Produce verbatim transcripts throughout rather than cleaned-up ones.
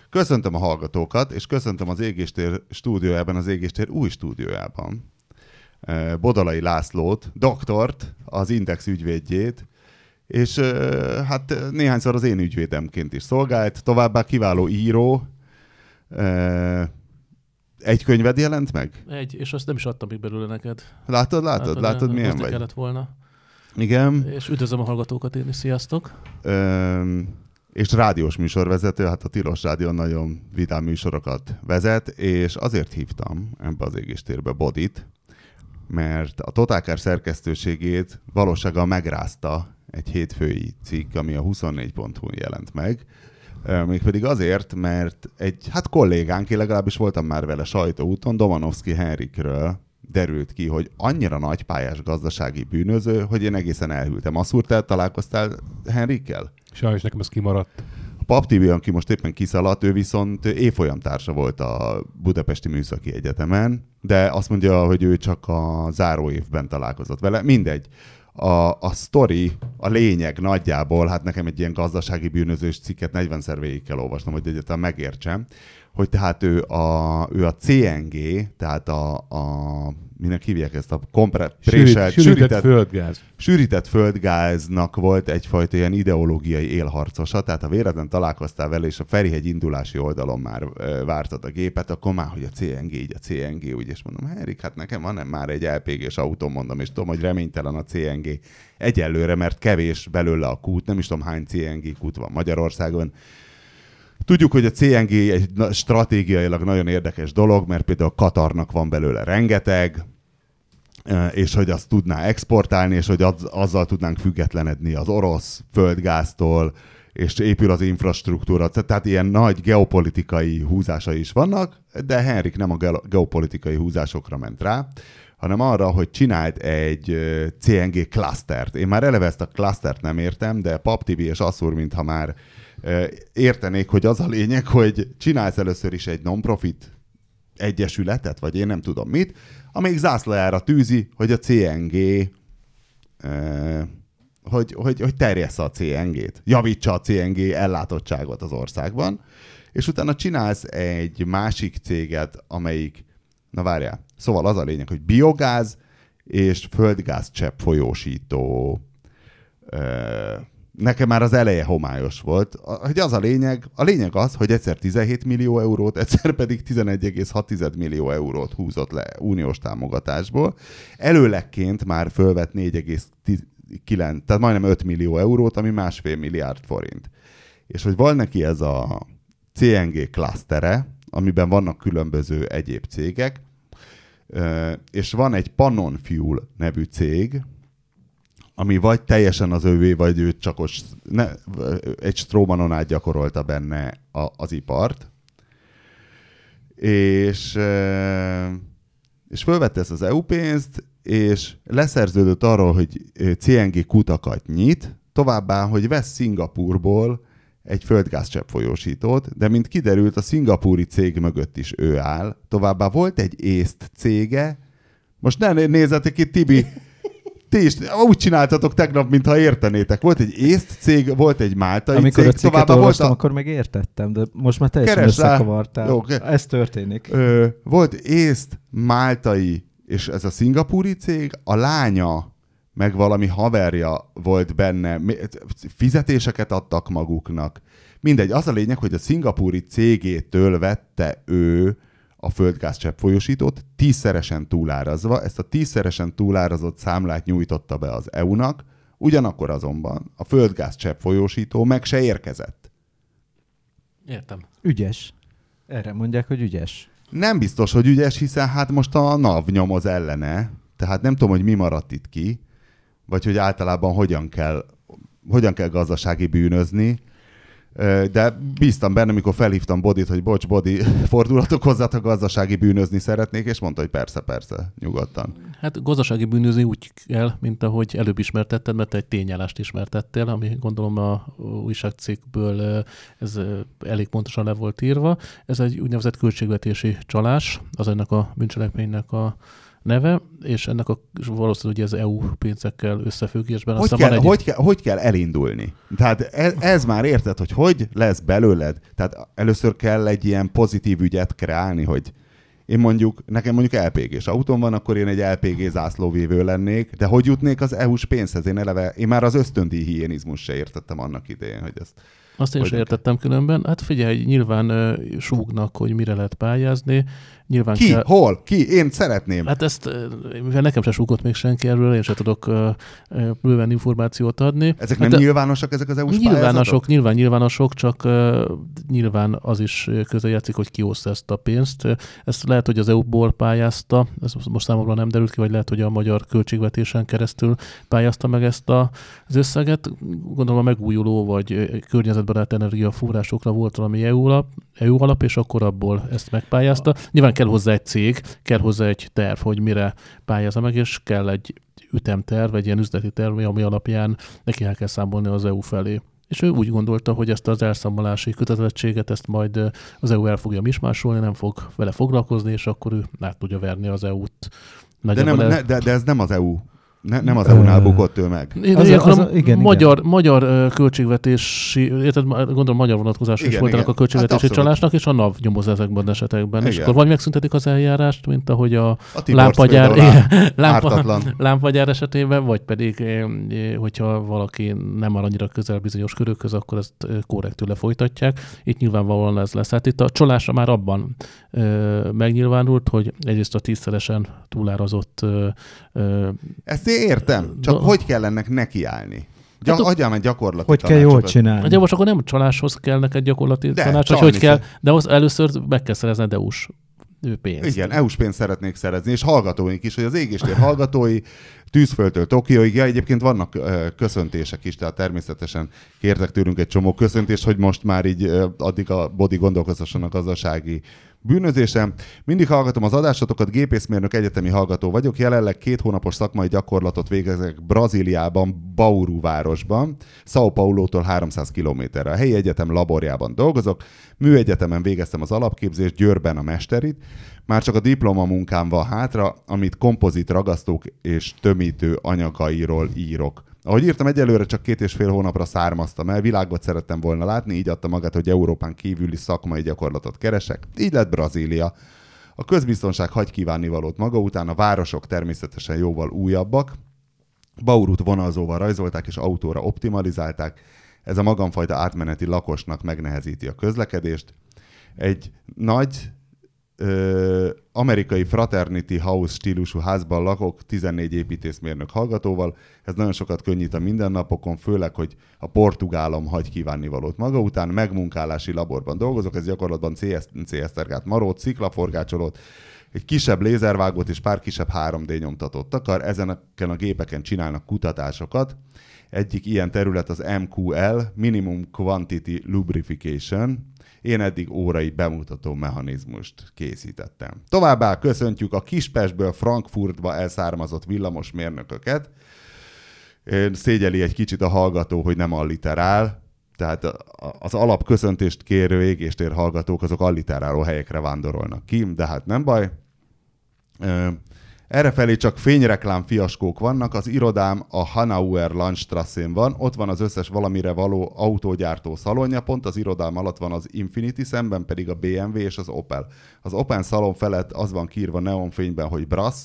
Köszöntöm a hallgatókat, és köszöntöm az Égéstér stúdiójában, az Égéstér új stúdiójában Bodalai Lászlót, doktort, az Index ügyvédjét, és hát néhányszor az én ügyvédemként is szolgált, továbbá kiváló író. Egy könyved jelent meg? Egy, és azt nem is adtam még belőle neked. Látod, látod, látod, látod milyen vagy? Kellett volna. Igen. És üdvözlöm a hallgatókat én is, sziasztok. Ö, és rádiós műsorvezető, hát a Tilos Rádión nagyon vidám műsorokat vezet, és azért hívtam ebbe az Égéstérbe Bodit, mert a Totálkár szerkesztőségét valósággal megrázta egy hétfői cikk, ami a huszonnégy pont hu jelent meg. Mégpedig azért, mert egy, hát kollégánk, én legalábbis voltam már vele sajtóúton, Domanovszky Henrikről derült ki, hogy annyira nagypályás gazdasági bűnöző, hogy én egészen elhűltem. Asszúr, te találkoztál Henrikkel? Sajnos nekem ez kimaradt. A Pap té vé, aki most éppen kiszaladt, ő viszont évfolyamtársa volt a Budapesti Műszaki Egyetemen, de azt mondja, hogy ő csak a záróévben találkozott vele. Mindegy. A, a sztori, a lényeg nagyjából, hát nekem egy ilyen gazdasági bűnözős cikket negyvenszer végig kell olvasnom, hogy egyáltalán megértsem, hogy tehát ő a, ő a cé en gé, tehát a, a minek hívják ezt a kompre-préselt, sűrített, sűrített földgáz. Sűrített földgáznak volt egyfajta ilyen ideológiai élharcosa, tehát ha véletlen találkoztál vele, és a Ferihegy indulási oldalon már e, vártad a gépet, akkor már, hogy a cé en gé, így a cé en gé, úgy, és mondom, Henrik, hát nekem van nem már egy el pé gés autó, mondom, és tudom, hogy reménytelen a cé en gé egyelőre, mert kevés belőle a kút, nem is tudom, hány cé en gé kút van Magyarországon. Tudjuk, hogy a cé en gé egy stratégiailag nagyon érdekes dolog, mert például Katarnak van belőle rengeteg, és hogy azt tudná exportálni, és hogy az, azzal tudnánk függetlenedni az orosz földgáztól, és épül az infrastruktúra. Tehát ilyen nagy geopolitikai húzásai is vannak, de Henrik nem a geopolitikai húzásokra ment rá, hanem arra, hogy csinált egy cé en gé klasztert. Én már eleve ezt a klasztert nem értem, de Pap té vé és Asszúr, mintha már értenék, hogy az a lényeg, hogy csinálsz először is egy non-profit egyesületet, vagy én nem tudom mit, amelyik zászlajára tűzi, hogy a cé en gé eh, hogy, hogy, hogy terjessze a cé en gét, javítsa a cé en gé ellátottságot az országban, és utána csinálsz egy másik céget, amelyik, na várjál, szóval az a lényeg, hogy biogáz és földgáz csepp folyósító. eh, Nekem már az eleje homályos volt, hogy az a lényeg, a lényeg az, hogy egyszer tizenhét millió eurót, egyszer pedig tizenegy egész hat millió eurót húzott le uniós támogatásból. Előlegként már fölvett négy egész kilenc, tehát majdnem öt millió eurót, ami másfél milliárd forint. És hogy van neki ez a cé en gé klasztere, amiben vannak különböző egyéb cégek, és van egy Pannon Fuel nevű cég, ami vagy teljesen az övé, vagy ő csak ne, egy Stromanon át gyakorolta benne a, az ipart. És, és fölvette ezt az é u pénzt, és leszerződött arról, hogy cé en gé kutakat nyit, továbbá, hogy vesz Szingapúrból egy földgázcsepp folyósítót, de mint kiderült, a szingapúri cég mögött is ő áll. Továbbá volt egy észt cége, most ne nézzetek itt, Tibi, ti is úgy csináltatok tegnap, mintha értenétek. Volt egy észt cég, volt egy máltai Amikor cég. Amikor a cikket olvastam, a... akkor meg értettem, de most már teljesen Keres összekavartál. Jó, ke... Ez történik. Ö, volt észt, máltai, és ez a szingapúri cég, a lánya, meg valami haverja volt benne, fizetéseket adtak maguknak. Mindegy, az a lényeg, hogy a szingapúri cégétől vette ő a földgázcsepp folyosítót, tízszeresen túlárazva, ezt a tízszeresen túlárazott számlát nyújtotta be az é u-nak, ugyanakkor azonban a földgázcsepp folyosító meg se érkezett. Értem. Ügyes. Erre mondják, hogy ügyes. Nem biztos, hogy ügyes, hiszen hát most a NAV nyomoz ellene, tehát nem tudom, hogy mi maradt itt ki, vagy hogy általában hogyan kell, hogyan kell gazdasági bűnözni, de bíztam benne, amikor felhívtam Bodit, hogy bocs, Bodi, fordulatok hozzátok, gazdasági bűnözni szeretnék, és mondta, hogy persze, persze, nyugodtan. Hát gazdasági bűnözni úgy kell, mint ahogy előbb ismertetted, mert te egy tényállást ismertettél, ami gondolom a újságcikkből ez elég pontosan le volt írva. Ez egy úgynevezett költségvetési csalás, az ennek a bűncselekménynek a neve, és ennek a valószínűleg az é u pénzekkel összefüggésben. Hogy Aztán kell, van egy... hogy, kell, hogy kell elindulni? Tehát ez, ez már érted, hogy hogy lesz belőled? Tehát először kell egy ilyen pozitív ügyet kreálni, hogy én mondjuk, nekem mondjuk el pé gés autóm van, akkor én egy el pé gé zászlóvívő lennék, de hogy jutnék az é u-s pénzhez? Én eleve, én már az ösztöndíj higiénizmus se értettem annak idején, hogy ezt... Azt én is értettem különben. Hát figyelj, nyilván uh, súgnak, hogy mire lehet pályázni. Nyilván Ki? kell... Hol? Ki? Én szeretném. Hát ezt, mivel nekem sem súgott még senki erről, én sem tudok uh, bőven információt adni. Ezek hát nem nyilvánosak, ezek az é u-s nyilvánosok, pályázatok? nyilván nyilvánosok, csak uh, nyilván az is közrejátszik, hogy ki oszta ezt a pénzt. Ezt lehet, hogy az é u-ból pályázta, ez most számomra nem derült ki, vagy lehet, hogy a magyar költségvetésen keresztül pályázta meg ezt a, az összeget. Gondolom a megújuló vagy környezetbarát energiaforrásokra volt valami é u alap, é u alap, és akkor abból ezt megpályázta. Nyilván kell hozzá egy cég, kell hozzá egy terv, hogy mire pályázza meg, és kell egy ütemterv, egy ilyen üzleti terv, ami alapján neki el kell számolni az é u felé. És ő úgy gondolta, hogy ezt az elszámolási kötelezettséget, ezt majd az é u el fogja mismásolni, nem fog vele foglalkozni, és akkor ő át tudja verni az é u-t. De, nem, el... ne, de, de ez nem az é u. Ne, nem az é u-nál bukott ő meg. Én az, az, az, igen, magyar, igen. magyar költségvetési, érted, gondolom magyar vonatkozású is volt ennek a költségvetési hát csalásnak, és a NAV nyomoz ezekben az esetekben. Igen. És akkor vagy megszüntetik az eljárást, mint ahogy a, a lámpagyár, lámpa, lámpagyár esetében, vagy pedig, hogyha valaki nem áll annyira közel bizonyos körökhöz, akkor ezt korrektül lefolytatják. Itt nyilvánvalóan ez lesz. Hát itt a csalásra már abban ö, megnyilvánult, hogy egyrészt a tízszeresen túlárazott ö, ö, ezt én értem, csak de... hogy kell ennek nekiállni? Gyak, hát, adjam egy gyakorlati Hogy kell jól csinálni? De most akkor nem csaláshoz kell neked gyakorlati de, tanács, hogy hogy kell, de az először meg kell szerezned é u-s pénzt. Igen, é u-s pénzt szeretnék szerezni, és hallgatóink is, hogy az Égéstér hallgatói Tűzföldtől Tokióig, ja, egyébként vannak ö, köszöntések is, tehát természetesen kértek tőlünk egy csomó köszöntést, hogy most már így ö, addig a body gondolkozhasson a gazdasági bűnözésem. Mindig hallgatom az adásotokat, gépészmérnök egyetemi hallgató vagyok, jelenleg két hónapos szakmai gyakorlatot végezek Brazíliában, Bauru városban, São Paulótól háromszáz kilométerre. A helyi egyetem laborjában dolgozok, műegyetemen végeztem az alapképzést, Győrben a mesterit, már csak a diplomamunkám van hátra, amit kompozit ragasztók és tömítő anyagairól írok. Ahogy írtam, egyelőre csak két és fél hónapra származtam el, világot szerettem volna látni, így adta magát, hogy Európán kívüli szakmai gyakorlatot keresek. Így lett Brazília. A közbiztonság hagy kívánnivalót maga után, a városok természetesen jóval újabbak. Baurut vonalzóval rajzolták és autóra optimalizálták. Ez a magamfajta átmeneti lakosnak megnehezíti a közlekedést. Egy nagy... Ö, amerikai Fraternity House stílusú házban lakok, tizennégy építészmérnök hallgatóval. Ez nagyon sokat könnyít a mindennapokon, főleg, hogy a portugálom hagy kívánnivalót maga után. Megmunkálási laborban dolgozok, ez gyakorlatban cé en cé-esztergát, marót, sziklaforgácsolót, egy kisebb lézervágót és pár kisebb három dé nyomtatót takar. Ezeneken a gépeken csinálnak kutatásokat. Egyik ilyen terület az em kú el, Minimum Quantity Lubrification. Én eddig órai bemutató mechanizmust készítettem. Továbbá köszöntjük a Kispestből Frankfurtba elszármazott villamosmérnököket. Szégyeli egy kicsit a hallgató, hogy nem alliterál, tehát az alapköszöntést kérő égéstér hallgatók azok alliteráló helyekre vándorolnak ki, de hát nem baj. Errefelé csak fényreklám fiaskók vannak, az irodám a Hanauer Landstrasszén van, ott van az összes valamire való autógyártó szalonja, pont az irodám alatt van az Infiniti, szemben pedig a bé em vé és az Opel. Az Opel szalon felett az van kiírva neonfényben, hogy Brass,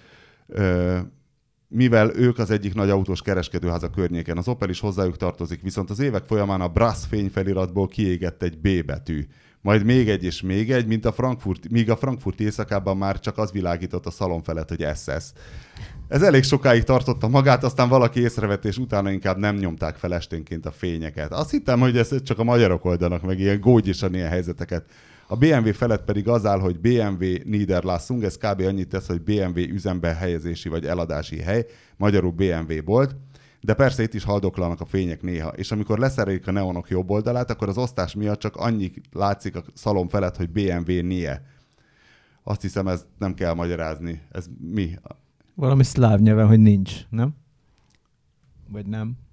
mivel ők az egyik nagy autós kereskedőház a környéken, az Opel is hozzájuk tartozik, viszont az évek folyamán a Brass fényfeliratból kiégett egy B betű. Majd még egy és még egy, mint a Frankfurt, míg a Frankfurt éjszakában már csak az világított a szalon felett, hogy es es. Ez elég sokáig tartotta magát, aztán valaki észrevett, és utána inkább nem nyomták fel esténként a fényeket. Azt hittem, hogy ez csak a magyarok oldanak meg ilyen gógyisan ilyen helyzeteket. A bé em vé felett pedig az áll, hogy bé em vé Niederlassung, ez kb. Annyit tesz, hogy bé em vé üzembe helyezési vagy eladási hely, magyarul bé em vé bolt. De persze itt is haldoklanak a fények néha, és amikor leszerelik a neonok jobb oldalát, akkor az osztás miatt csak annyi látszik a szalon felett, hogy bé em vé nie. Azt hiszem, ezt nem kell magyarázni. Ez mi? Valami szláv nyelven, hogy nincs, nem? Vagy nem?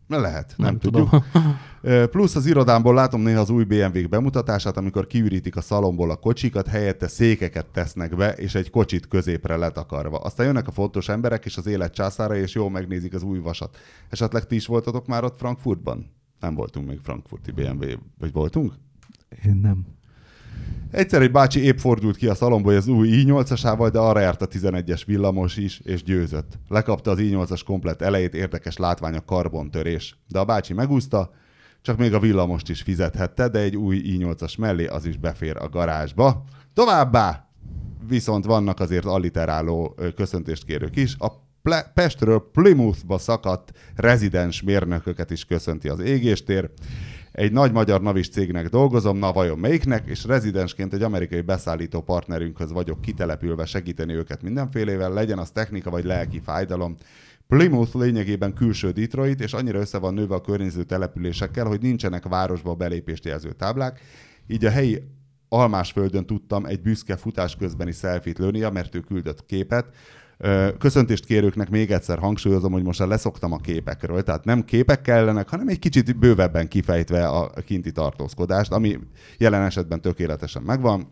Lehet, nem, Nem tudjuk. tudom. Plusz az irodámból látom néha az új bé em vé-k bemutatását, amikor kiürítik a szalomból a kocsikat, helyette székeket tesznek be, és egy kocsit középre letakarva. Aztán jönnek a fontos emberek és az élet császára, és jól megnézik az új vasat. Esetleg ti is voltatok már ott Frankfurtban? Nem voltunk még frankfurti bé em vé, vagy voltunk? Én nem. Egyszer egy bácsi épp fordult ki a szalomból az új i nyolcasával, de arra járt a tizenegyes villamos is, és győzött. Lekapta az i nyolcas komplett elejét, érdekes látvány a karbontörés. De a bácsi megúszta, csak még a villamost is fizethette, de egy új i nyolcas mellé az is befér a garázsba. Továbbá! Viszont vannak azért alliteráló köszöntést kérők is. A Ple- Pestről Plymouthba szakadt rezidens mérnököket is köszönti az égéstér. Egy nagy magyar navis cégnek dolgozom, na vajon melyiknek, és rezidensként egy amerikai beszállító partnerünkhöz vagyok kitelepülve segíteni őket mindenfélével, legyen az technika vagy lelki fájdalom. Plymouth lényegében külső Detroit, és annyira össze van nőve a környező településekkel, hogy nincsenek városba belépést jelző táblák, így a helyi Almásföldön tudtam egy büszke futás közbeni selfie-t lőni, mert ő küldött képet. Köszöntést kérőknek még egyszer hangsúlyozom, hogy most leszoktam a képekről, tehát nem képek kellenek, hanem egy kicsit bővebben kifejtve a kinti tartózkodást, ami jelen esetben tökéletesen megvan.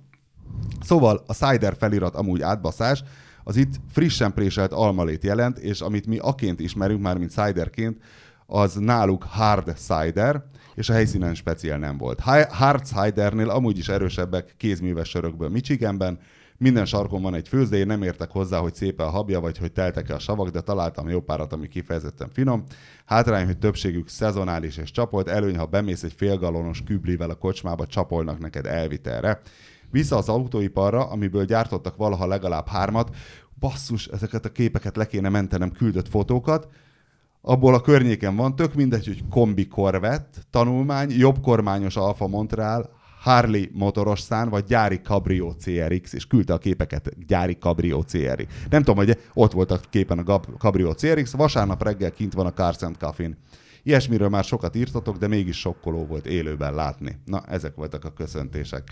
Szóval a cider felirat amúgy átbaszás, az itt frissen préselt almalét jelent, és amit mi aként ismerünk már, mint ciderként, az náluk hard cider, és a helyszínen speciál nem volt. Hard cidernél amúgy is erősebbek kézműves sörökből Michiganben, minden sarkon van egy főzde, én nem értek hozzá, hogy szép a habja, vagy hogy teltek-e a savak, de találtam jó párat, ami kifejezetten finom. Hátrány, hogy többségük szezonális és csapolt, előny, ha bemész egy félgalonos küblivel a kocsmába, csapolnak neked elvitelre. Vissza az autóiparra, amiből gyártottak valaha legalább hármat, basszus, ezeket a képeket le kéne mentenem, küldött fotókat, abból a környéken van, tök mindegy, hogy kombi Corvette, tanulmány, jobb kormányos Alfa Montreal, Harley motoros szán, vagy gyári Cabrio cé er iksz, és küldte a képeket gyári Cabrio cé er iksz. Nem tudom, hogy ott volt a képen a Cabrio cé er iksz, vasárnap reggel kint van a Cars and Coffee-n. Ilyesmiről már sokat írtatok, de mégis sokkoló volt élőben látni. Na, ezek voltak a köszöntések.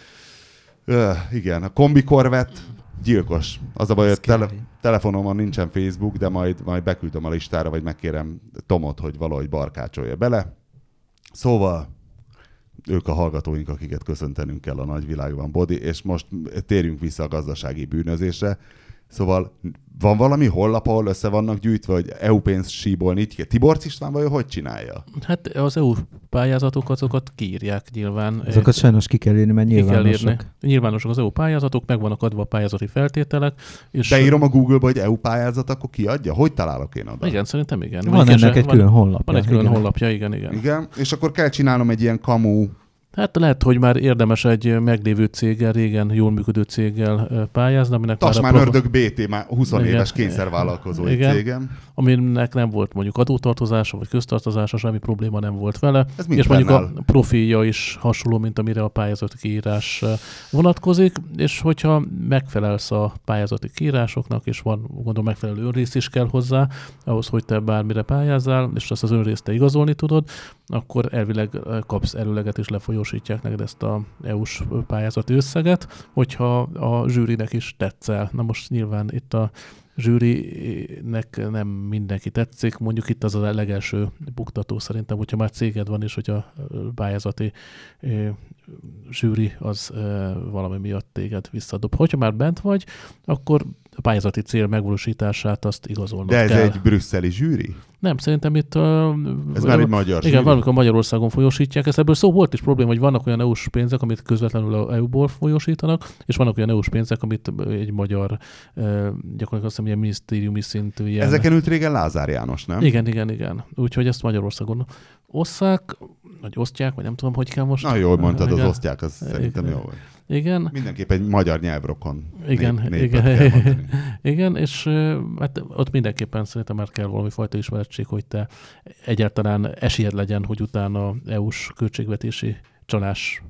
Öh, igen, a kombi Corvette gyilkos. Az a baj, hogy tele- telefonomon nincsen Facebook, de majd, majd beküldöm a listára, vagy megkérem Tomot, hogy valahogy barkácsolja bele. Szóval ők a hallgatóink, akiket köszöntenünk kell a nagyvilágban, Bodi, és most térjünk vissza a gazdasági bűnözésre. Szóval van valami honlap, ahol össze vannak gyűjtve, hogy é u pénzt síbolni? Tiborcs István vajon hogy csinálja? Hát az é u pályázatok, azokat kiírják nyilván. Azokat sajnos ki kell írni, mert nyilvánosak. Nyilvánosak az é u pályázatok, meg vannak adva a pályázati feltételek. És beírom a Google-ba, hogy é u pályázat, akkor kiadja? Hogy találok én oda? Igen, szerintem igen. Van ennek Mondjuk, egy van, külön honlapja. Van egy külön igen. honlapja, igen, igen. Igen, és akkor kell csinálnom egy ilyen kamu. Hát lehet, hogy már érdemes egy meglévő céggel, régen jól működő céggel pályázni, aminek Tasmán már Ördög bé té, már húsz igen. éves kényszervállalkozói Igen. cégem. Aminek nem volt mondjuk adótartozása, vagy köztartozása, semmi probléma nem volt vele. Ez És mondjuk fennáll. a profilja is hasonló, mint amire a pályázati kiírás vonatkozik, és hogyha megfelelsz a pályázati kiírásoknak, és van, gondolom, megfelelő önrész is kell hozzá, ahhoz, hogy te bármire pályázzál, és azt az önrészt te igazolni tudod, akkor elvileg kapsz előleget, és lefolyósítják neked ezt a é u-s pályázati összeget, hogyha a zsűrinek is tetszel. Na most nyilván itt a zsűrinek nem mindenki tetszik, mondjuk itt az a legelső buktató szerintem, hogyha már céged van, és hogy a pályázati e, zsűri az e, valami miatt téged visszadob. Hogyha már bent vagy, akkor a pályázati cél megvalósítását azt igazolnod De ez kell. egy brüsszeli zsűri? Nem, szerintem itt... Uh, Ez már egy magyar igen, zsűri? valamikor Magyarországon folyósítják. Ez ebből szó volt is probléma, hogy vannak olyan é u-s pénzek, amit közvetlenül a é u-ból folyósítanak, és vannak olyan é u-s pénzek, amit egy magyar, uh, gyakorlatilag azt hiszem, ilyen minisztériumi szintű ilyen... Ezeken ült régen Lázár János, nem? Igen, igen, igen. Úgyhogy ezt Magyarországon osszák, vagy osztják, vagy nem tudom, hogy kell most. Na, jól mondtad, igen. az osztják, az Igen. szerintem jó volt. Igen. Mindenképp egy magyar nyelvrokon. Igen, nép, népet igen. kell mondani. Igen, és hát ott mindenképpen szerintem már kell valami fajta ismerettség, hogy te egyáltalán esélyed legyen, hogy utána é u-s költségvetési csalás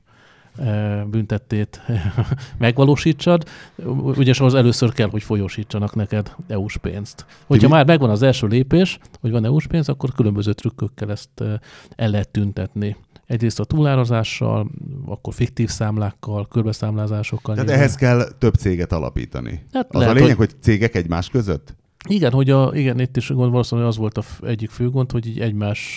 büntettét megvalósítsad, ugyanis az először kell, hogy folyósítsanak neked é u-s pénzt. Hogyha mi? már megvan az első lépés, hogy van é u-s pénz, akkor különböző trükkökkel ezt el lehet tüntetni. Egyrészt a túlárazással, akkor fiktív számlákkal, körbeszámlázásokkal. Tehát nyilván. ehhez kell több céget alapítani. Hát Az lehet, a lényeg, hogy... hogy cégek egymás között? Igen, hogy a, igen, itt is gond, valószínűleg az volt a f- egyik fő gond, hogy így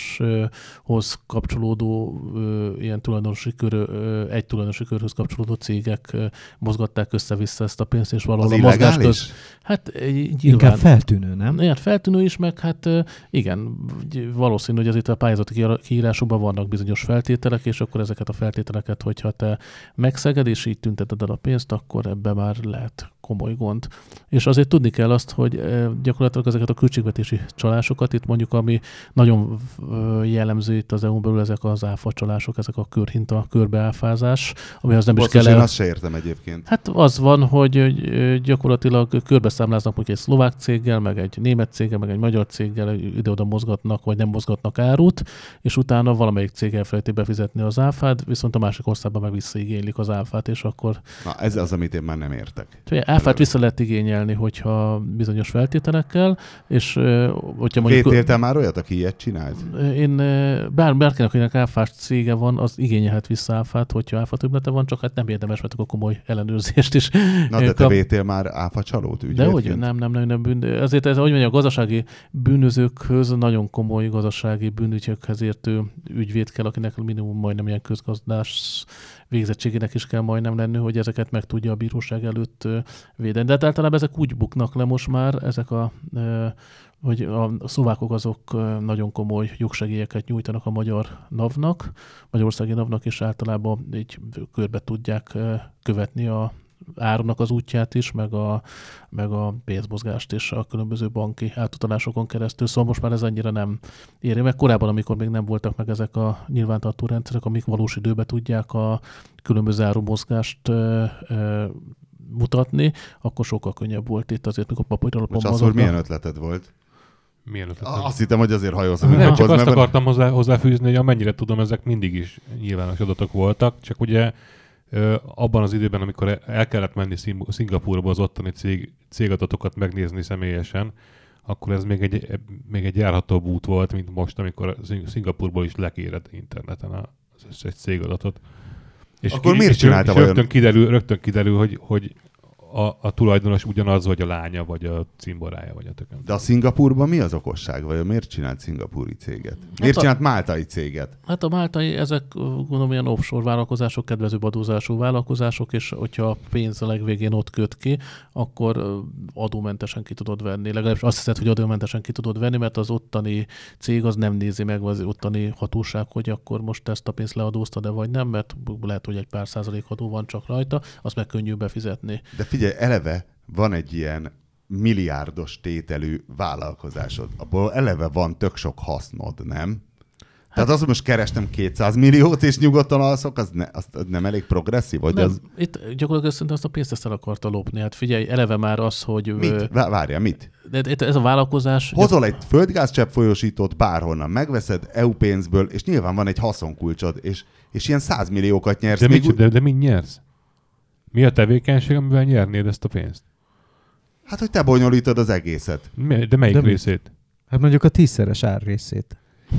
egymáshoz kapcsolódó ö, ilyen tulajdonosi kör, ö, egy tulajdonosi körhöz kapcsolódó cégek ö, mozgatták össze-vissza ezt a pénzt, és valahol Az a mozgás illegális? köz... Hát ö, nyilván... Inkább feltűnő, nem? Igen, feltűnő is, meg hát ö, igen, valószínű, hogy azért a pályázati kiíra- kiírásokban vannak bizonyos feltételek, és akkor ezeket a feltételeket, hogyha te megszeged, és így tünteted el a pénzt, akkor ebbe már lehet komoly gond. És azért tudni kell azt, hogy eh, gyakorlatilag ezeket a költségvetési csalásokat, itt mondjuk ami nagyon eh, jellemző itt az é u-n belül, ezek az áfa csalások, ezek a körhinta, körbeáfázás, amihez nem Basszus, is kell én el... azt se értem egyébként. Hát az van, hogy eh, gyakorlatilag körbeszámláznak mondjuk egy szlovák céggel, meg egy német céggel, meg egy magyar céggel, ide-oda mozgatnak, vagy nem mozgatnak árut, és utána valamelyik cég elfelejti befizetni az áfát, viszont a másik országban meg visszaigénylik az áfát, és akkor... Na, ez az, amit én már nem értek. Áfát vissza lehet igényelni, hogyha bizonyos feltételekkel, és hogyha mondjuk... Védtél már olyat, aki ilyet csinált? Én bár, bárkinek, akinek áfás cége van, az igényelhet vissza áfát, hogyha áfa többlete van, csak hát nem érdemes, mert akkor komoly ellenőrzést is. Na, de te kap... védtél már áfa csalót ügyvédként? De hogy nem, nem, nem, nem bűn... Azért ez, hogy mondjam, a gazdasági bűnözőkhöz, nagyon komoly gazdasági bűnügyekhez értő ügyvéd kell, akinek minimum majdnem ilyen közgazdás végzettségének is kell majdnem lenni, hogy ezeket meg tudja a bíróság előtt védeni. De hát általában ezek úgy buknak le most már, ezek a, hogy a szlovákok azok nagyon komoly jogsegélyeket nyújtanak a magyar NAV-nak, magyarországi NAV-nak, és általában így körbe tudják követni a árunak az útját is, meg a, meg a pénzmozgást és a különböző banki átutalásokon keresztül. Szóval most már ez annyira nem éri meg. Korábban, amikor még nem voltak meg ezek a nyilvántartó rendszerek, amik valós időben tudják a különböző árumozgást e, e, mutatni, akkor sokkal könnyebb volt itt azért, mikor papír alapon mozognak. mozognak. Most milyen ötleted volt? Milyen ötlet? Azt hittem, hogy azért hajózom. Nem, csak azt akartam hozzá, hozzáfűzni, hogy amennyire tudom, ezek mindig is nyilvános adatok voltak, csak ugye abban az időben, amikor el kellett menni Szingapúrba az ottani cég, cégadatokat megnézni személyesen, akkor ez még egy, még egy járhatóbb út volt, mint most, amikor Szingapúrból is lekéred interneten az összes cégadatot. És akkor ki, miért és csinálta és vajon? Rögtön kiderül, rögtön kiderül hogy, hogy a, a tulajdonos ugyanaz, vagy a lánya, vagy a cimborája, vagy a tököm. De a Szingapúrban mi az okosság? Vagy miért csinált szingapúri céget? Miért a... csinált máltai céget? Hát a máltai, ezek gondolom ilyen offshore vállalkozások, kedvezőbb adózású vállalkozások, és hogyha a pénz a legvégén ott köt ki, akkor adómentesen ki tudod venni. Legalábbis azt hiszed, hogy adómentesen ki tudod venni, mert az ottani cég az nem nézi meg, az ottani hatóság, hogy akkor most ezt a pénzt leadóztad-e vagy nem, mert lehet, hogy egy pár százalék adó van csak rajta, azt meg könnyű befizetni. De figyelj, eleve van egy ilyen milliárdos tételű vállalkozásod. Abból eleve van tök sok hasznod, nem? Tehát azt, hogy most kerestem kétszáz milliót, és nyugodtan alszok, az, ne, az nem elég progresszív? Vagy nem, az... Itt gyakorlatilag szerintem azt a pénzt ezt el akarta lopni. Hát figyelj, eleve már az, hogy... Mit? Várjál, mit? De ez a vállalkozás... Hozol egy földgázcsepp folyosítót bárhonnan, megveszed é u pénzből, és nyilván van egy haszonkulcsod, és, és ilyen százmilliókat nyersz. De, még... mit, de, de mit nyersz? Mi a tevékenység, amivel nyernéd ezt a pénzt? Hát, hogy te bonyolítod az egészet. De melyik de részét? Hát mondjuk a tízszeres árrészét.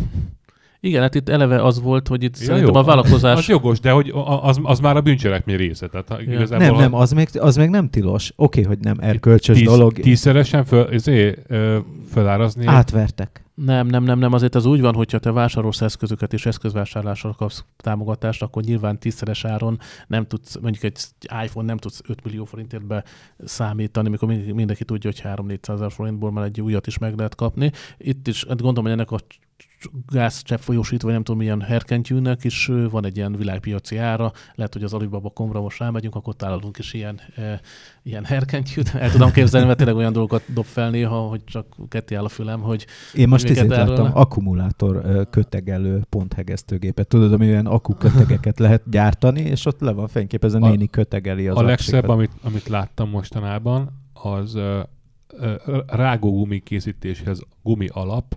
Igen, hát itt eleve az volt, hogy itt Ja, szerintem jó, a vállalkozás... Az jogos, de hogy az, az már a bűncselekmény része. Tehát Ja. igazából Nem, a... nem, az még, az még nem tilos. Oké, okay, hogy nem erkölcsös tíz, dolog. Tízszeresen föl, ezért, ö, felárazni. Átvertek. Nem, nem, nem, nem, azért az úgy van, hogyha te vásárolsz eszközöket és eszközvásárlásra kapsz támogatást, akkor nyilván tízszeres áron nem tudsz, mondjuk egy iPhone nem tudsz öt millió forintért beszámítani, mikor mindenki tudja, hogy három-négyszázezer forintból már egy újat is meg lehet kapni. Itt is, hát gondolom, hogy ennek a gázcsepp folyósító, vagy nem tudom milyen herkentyűnek is van egy ilyen világpiaci ára. Lehet, hogy az Alibaba pont com-ra most rámegyünk, akkor találunk is ilyen, e, ilyen herkentyűt. El tudom képzelni, mert tényleg olyan dolgokat dob fel néha, hogy csak ketté áll a fülem, hogy... Én most ezért láttam akkumulátor kötegelő ponthegesztőgépet. Tudod, amilyen akkukötegeket lehet gyártani, és ott le van fényképezve, a néni kötegeli az A legszebb, aksikat. amit, amit láttam mostanában, az uh, uh, rágógumi készítéshez gumi alap,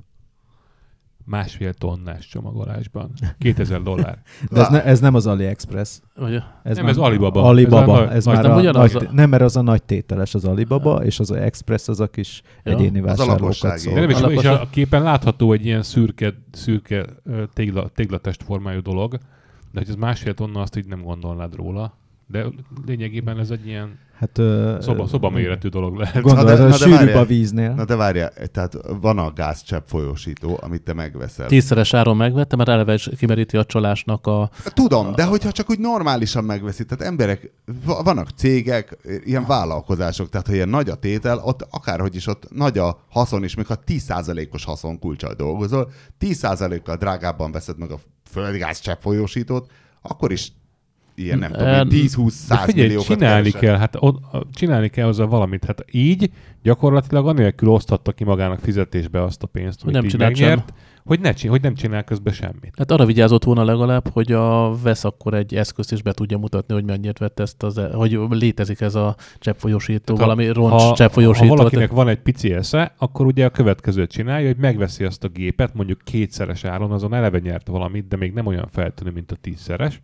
másfél tonnás csomagolásban. kétezer dollár. De ez, ne, ez nem az AliExpress. Vagy, Ez nem, ez Alibaba. Alibaba. Ez, ez nagy, már nem a ugyanaz nagy, a- nem, mert az a nagy tételes az Alibaba, és az Express az a kis Ja. egyéni Az vásárlókat alapossági. szól. de nem is, Alapos- és a képen látható egy ilyen szürke, szürke ö, tégla, téglatest formájú dolog, de hogy ez másfél tonna, azt így nem gondolnád róla. De lényegében ez egy ilyen Hát, ö, szoba, szoba méretű dolog lehet. Gondolod, Na de- a na de sűrűbb várjál. a víznél. Na de várjál, tehát van a gázcsepp folyósító, amit te megveszel. Tízszeres áron megvettem, mert eleve is kimeríti a csalásnak a... Tudom, de hogyha csak úgy normálisan megveszi, tehát emberek, va- vannak cégek, ilyen vállalkozások, tehát ha ilyen nagy a tétel, ott akárhogy is ott nagy a haszon is, még ha tíz százalékos haszonkulccsal dolgozol, tíz százalékkal drágábban veszed meg a földgáz csepp folyósítót, akkor is ilyen nem tudom, Em, tíz-húsz-száz Figyelj, milliókat csinálni keresel. kell, hát ott, csinálni kell hozzá valamit. Hát így gyakorlatilag anélkül osztatta ki magának fizetésbe azt a pénzt, Hogy amit nem így csinált megnyert, hogy, ne, csin- hogy nem csinál közben semmit. Hát arra vigyázott volna legalább, hogy a vesz akkor egy eszközt is be tudja mutatni, hogy mennyit vett ezt az, hogy létezik ez a cseppfolyósító, Tehát valami ha- roncs Ha cseppfolyósító. valakinek van egy pici esze, akkor ugye a következőt csinálja, hogy megveszi azt a gépet, mondjuk kétszeres áron, azon eleve nyert valamit, de még nem olyan feltűnő, mint a tízszeres.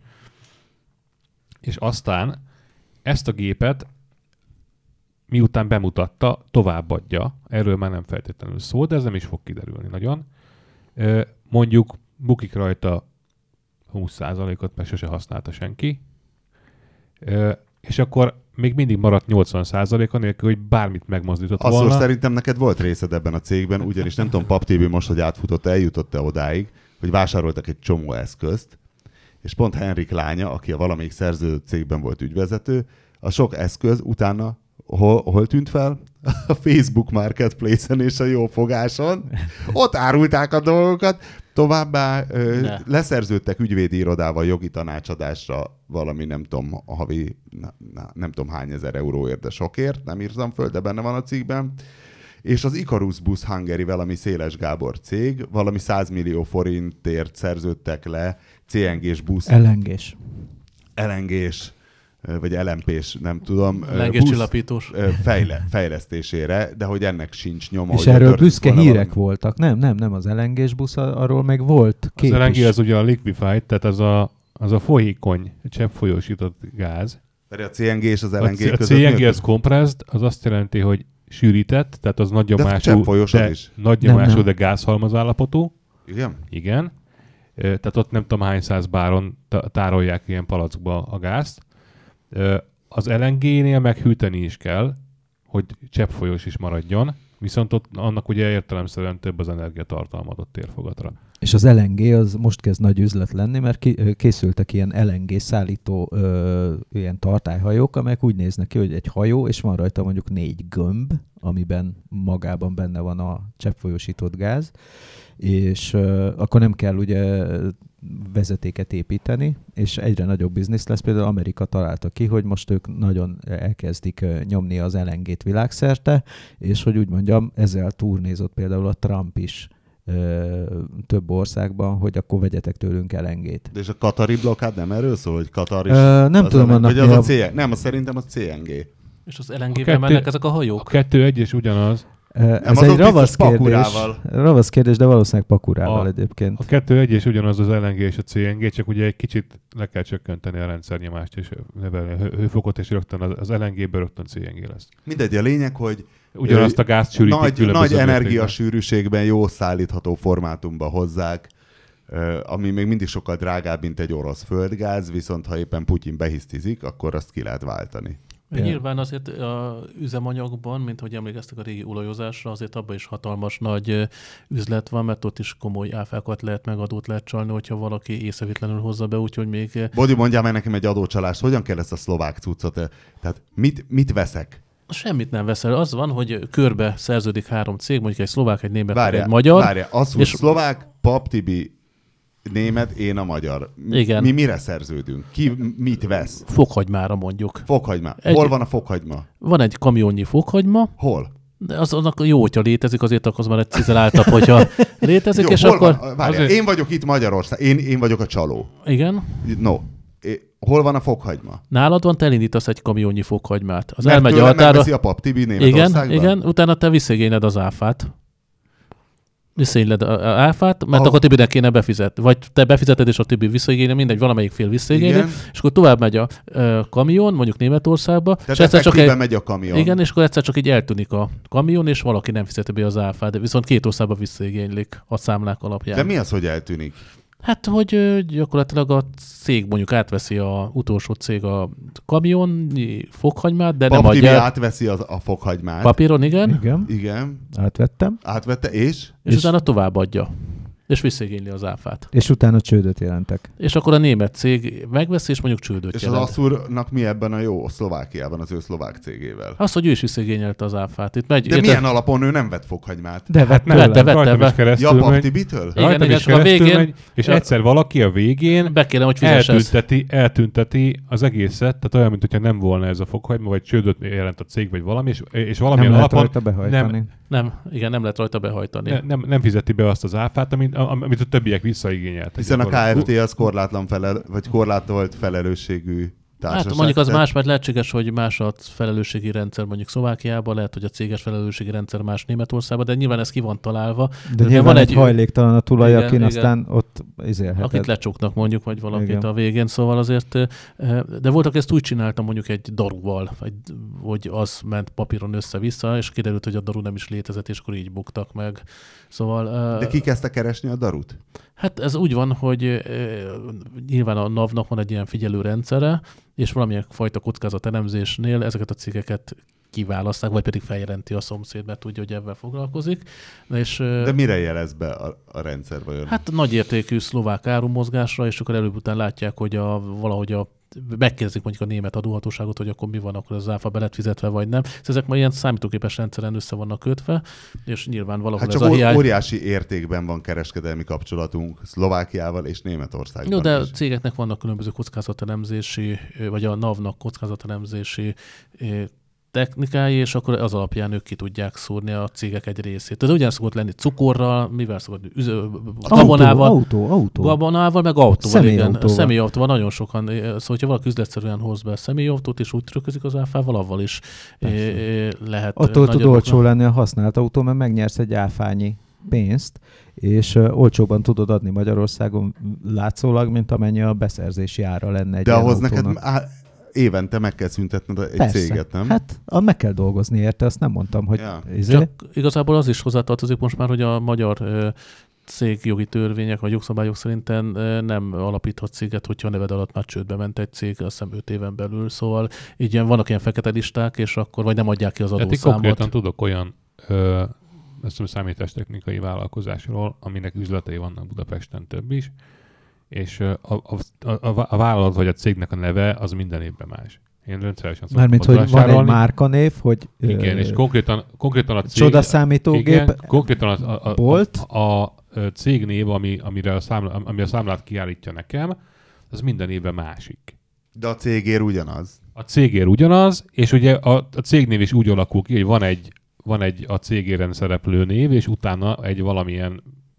És aztán ezt a gépet, miután bemutatta, továbbadja. Erről már nem feltétlenül szó, de ez nem is fog kiderülni nagyon. Ö, Mondjuk bukik rajta húsz százalékot, mert sose használta senki. Ö, És akkor még mindig maradt nyolcvan százalék anélkül, hogy bármit megmozdított Asszor, volna. szerintem neked volt részed ebben a cégben, ugyanis nem tudom, Pap té vé most, hogy átfutott, eljutott-e odáig, hogy vásároltak egy csomó eszközt, és pont Henrik lánya, aki a valamelyik szerződő cégben volt ügyvezető, a sok eszköz utána hol, hol tűnt fel? A Facebook Marketplace-en és a Jófogáson. Ott árulták a dolgokat. Továbbá ö, Ne. leszerződtek ügyvédi irodával jogi tanácsadásra valami, nem tudom, a havi, na, na, nem tudom hány ezer euróért, de sokért, nem írtam föl, de benne van a cikkben. És az Icarus Bus Hungary, valami Széles Gábor cég, valami száz millió forintért szerződtek le cé en gés busz, Elengés. el en gés, vagy el em pés, nem tudom, Lengés busz csillapítós. fejle, fejlesztésére, de hogy ennek sincs nyoma. És hogy erről történt büszke volna hírek valami. voltak. Nem, nem, nem az elengés busz, arról meg volt Az kép el en gé is. az ugye a liquefied, tehát az a, az a folyékony, cseppfolyósított gáz. Pedig a cé en gé és az el A, en gé a között cé en gé mi a az compressed, az azt jelenti, hogy sűrített, tehát az nagy nyomású, cseppfolyósod de, is. nagy Nem, nyomású, nem. de gázhalmaz állapotú. Igen? Igen. Ö, Tehát ott nem tudom hány száz báron ta- tárolják ilyen palackba a gázt. Ö, Az el en gé-nél meg hűteni is kell, hogy cseppfolyós is maradjon, viszont ott annak ugye értelemszerűen több az energiatartalma adott térfogatra. És az el en gé az most kezd nagy üzlet lenni, mert ki, ö, készültek ilyen el en gé szállító ö, ilyen tartályhajók, amelyek úgy néznek ki, hogy egy hajó, és van rajta mondjuk négy gömb, amiben magában benne van a cseppfolyósított gáz, és ö, akkor nem kell ugye vezetéket építeni, és egyre nagyobb biznisz lesz. Például Amerika találta ki, hogy most ők nagyon elkezdik ö, nyomni az el en gét világszerte, és hogy úgy mondjam, ezzel turnézott például a Trump is ö, több országban, hogy akkor vegyetek tőlünk el en gét. De és a katari blokkád nem erről szól, hogy Katar is? Ö, nem az tudom, el- annak vagy az mi a a- cé en gé? Nem, az szerintem az cé en gé. És az el A en gé-ben kettő- mennek ezek a A hajók? kettő egy és ugyanaz. Ö, Ez azok egy biztos ravasz kérdés, pakurával. ravasz kérdés, de valószínűleg pakurával A- egyébként. A kettő egy és ugyanaz az el en gé és a cé en gé, csak ugye egy kicsit le kell csökkenteni a rendszernyomást és növelni a hő- hőfokot, és rögtön az- az el en géből rögtön cé en gé lesz. Mindegy, a lényeg, hogy Ugyanazt a gázt sűrítik nagy, különböző nagy mértékben. energiasűrűségben jó szállítható formátumba hozzák, ö, ami még mindig sokkal drágább, mint egy orosz földgáz, viszont ha éppen Putyin behisztizik, akkor azt ki lehet váltani. Ja. Nyilván azért a üzemanyagban, mint hogy emlékeztek a régi olajozásra, azért abban is hatalmas nagy ö, üzlet van, mert ott is komoly áfákat lehet meg adót lehet csalni, hogyha valaki észrevétlenül hozza be, úgyhogy még... ö, Bodi, mondjál meg nekem egy adócsalást, hogyan kell ezt a szlovák cuccot? ö, Tehát mit, mit veszek? Semmit nem veszel. Az van, hogy körbe szerződik három cég, mondjuk egy szlovák, egy német, Várjál, egy magyar. várjál, az, hogy és- szlovák, Pap Tibi, német, én a magyar. Mi, Igen. mi mire szerződünk? Ki mit vesz? Fokhagymára mondjuk. Fokhagyma. Egy- Hol van a fokhagyma? Van egy kamionnyi fokhagyma, Hol? de az annak jó, hogyha létezik, azért akkor az már egy cizeláltabb, hogyha létezik, Jó, és hol akkor... van? Várjál, azért- én vagyok itt Magyarország, én, én vagyok a csaló. Igen. No. É, hol van a fokhagyma? Nálad van, te elindítasz egy kamionnyi fokhagymát. Az Mert elmegy a tőlem határa. megveszi a Pap Tibi Igen, Németországban? igen, utána te visszaigényled az áfát. Visszaigényled a a áfát, mert Ah. akkor Tibinek kéne befizet. Vagy te befizeted, és a Tibi visszaigényel, mindegy, valamelyik fél visszaigényli, Igen. és akkor tovább megy a ö, kamion, mondjuk Németországba, Tehát és egyszer csak effektíve egy, megy a kamion. igen, és akkor egyszer csak így eltűnik a kamion, és valaki nem fizeti be az áfát, de viszont két országba visszaigénylik a számlák alapján. De mi az, hogy eltűnik? Hát, hogy ö, gyakorlatilag a cég mondjuk átveszi a utolsó cég a kamion fokhagymát, de nem Pap Tibi adja. átveszi a, a fokhagymát. Papíron, igen. Igen, Igen. átvettem. Átvette, és? És, És- és utána továbbadja. És visszaigényli az áfát. És utána csődöt jelentek. És akkor a német cég megveszi, és mondjuk csődöt És jelent. az Asszurnak mi ebben a jó? Szlovákiában, az ő szlovák cégével. Az, hogy ő is visszaigényelte az áfát. Itt megy, De érted? milyen alapon ő nem vett fokhagymát? De hát nem, de vette rajtam be. is keresztül Ja, Pap megy, Tibitől? Igen, rajtam igen, is csak a keresztül végén- megy, és Ja. egyszer valaki a végén Be kérem, hogy fizess ezt. eltünteti, eltünteti az egészet, tehát olyan, mintha nem volna ez a fokhagyma, vagy csődöt jelent a cég, vagy valami, és, és valamilyen nem lehet alapon rajta behajtani. nem, Nem, igen, nem lehet rajta behajtani. ne, nem, nem fizeti be azt az áfát, amit, amit a többiek visszaigényeltek. Hiszen a Gyakorlatilag. ká ef té az korlátlan felel, vagy korlátolt felelősségű társaság. Hát mondjuk az tehát- más, mert lehetséges, hogy más a felelősségi rendszer mondjuk Szlovákiában, lehet, hogy a céges felelősségi rendszer más Németországban, de nyilván ez ki van találva. De De nyilván van egy egy- hajléktalan a tulaj, Igen, akin igen. aztán ott izélheted. Akit lecsuknak mondjuk, vagy valakit Igen. a végén, szóval azért, eh, de voltak, ezt úgy csináltam mondjuk egy daruval, vagy, hogy az ment papíron össze-vissza, és kiderült, hogy a daru nem is létezett, és akkor így buktak meg. Szóval... eh, De ki kezdte keresni a darut? Hát ez úgy van, hogy eh, nyilván a NAV-nak van egy ilyen figyelő rendszere, és valamilyen fajta kockázatelemzésnél ezeket a cégeket kiválaszták, vagy pedig feljelenti a szomszéd, mert tudja, hogy ebben foglalkozik. És, eh, De mire jelez be a, a rendszer vajon? Hát nagyértékű szlovák árumozgásra, és akkor előbb után látják, hogy a, valahogy a megkérdezik mondjuk a német adóhatóságot, hogy akkor mi van, akkor az áfa be lett fizetve, vagy nem. Szóval ezek már ilyen számítógépes rendszeren össze vannak kötve, és nyilván valahol Hát ez csak a ó- hiány. óriási értékben van kereskedelmi kapcsolatunk Szlovákiával és Németországban Jó, de a is. cégeknek vannak különböző kockázatelemzési, vagy a NAV-nak kockázatelemzési eh, technikái, és akkor az alapján ők ki tudják szúrni a cégek egy részét. Ez ugyan szokott lenni cukorral, mivel szokott lenni? Üző, gabonával, Autó, autó, autó. gabonával, meg autóval. Igen. Személyautóval. Személyautóval nagyon sokan. eh, Szóval, hogyha valaki üzletszerűen hoz be személyautót, és úgy trükközik az áfával, avval is eh, eh, lehet. eh, Attól tud nagyobb olcsó okna- lenni a használt autó, mert megnyersz egy áfányi pénzt, és uh, olcsóban tudod adni Magyarországon látszólag, mint amennyi a beszerzési ára lenne egy De ilyen ahhoz neked autónak. á, évente meg kell szüntetned egy Persze. céget, nem? Hát a, meg kell dolgozni érte, azt nem mondtam, hogy Ja. izé, Csak igazából az is hozzátartozik most már, hogy a magyar ö, cégjogi törvények vagy jogszabályok szerintem ö, nem alapíthat céget, hogyha a neved alatt már csődbe ment egy cég, azt hiszem öt éven belül. Szóval így ilyen, vannak ilyen fekete listák, és akkor vagy nem adják ki az Hát én adószámot. konkrétan tudok olyan ö, azt hiszem, számítástechnikai vállalkozásról, aminek üzletei vannak Budapesten több is, és ö, a, a, a, a vállalat vagy a cégnek a neve az minden évben más. Én rendszeresen szoktam mármint, hogy van egy vásárolni. márkanév, hogy Igen, ö, és konkrétan, konkrétan a cég... csoda számítógép, Igen, konkrétan a, a, a, bolt. a, a, a cégnév, ami, amire a számla, ami a számlát kiállítja nekem, az minden évben másik. De a cégér ugyanaz. A cégér ugyanaz, és ugye a, a cégnév is úgy alakul ki, hogy van egy, van egy a cégéren szereplő név, és utána egy valamilyen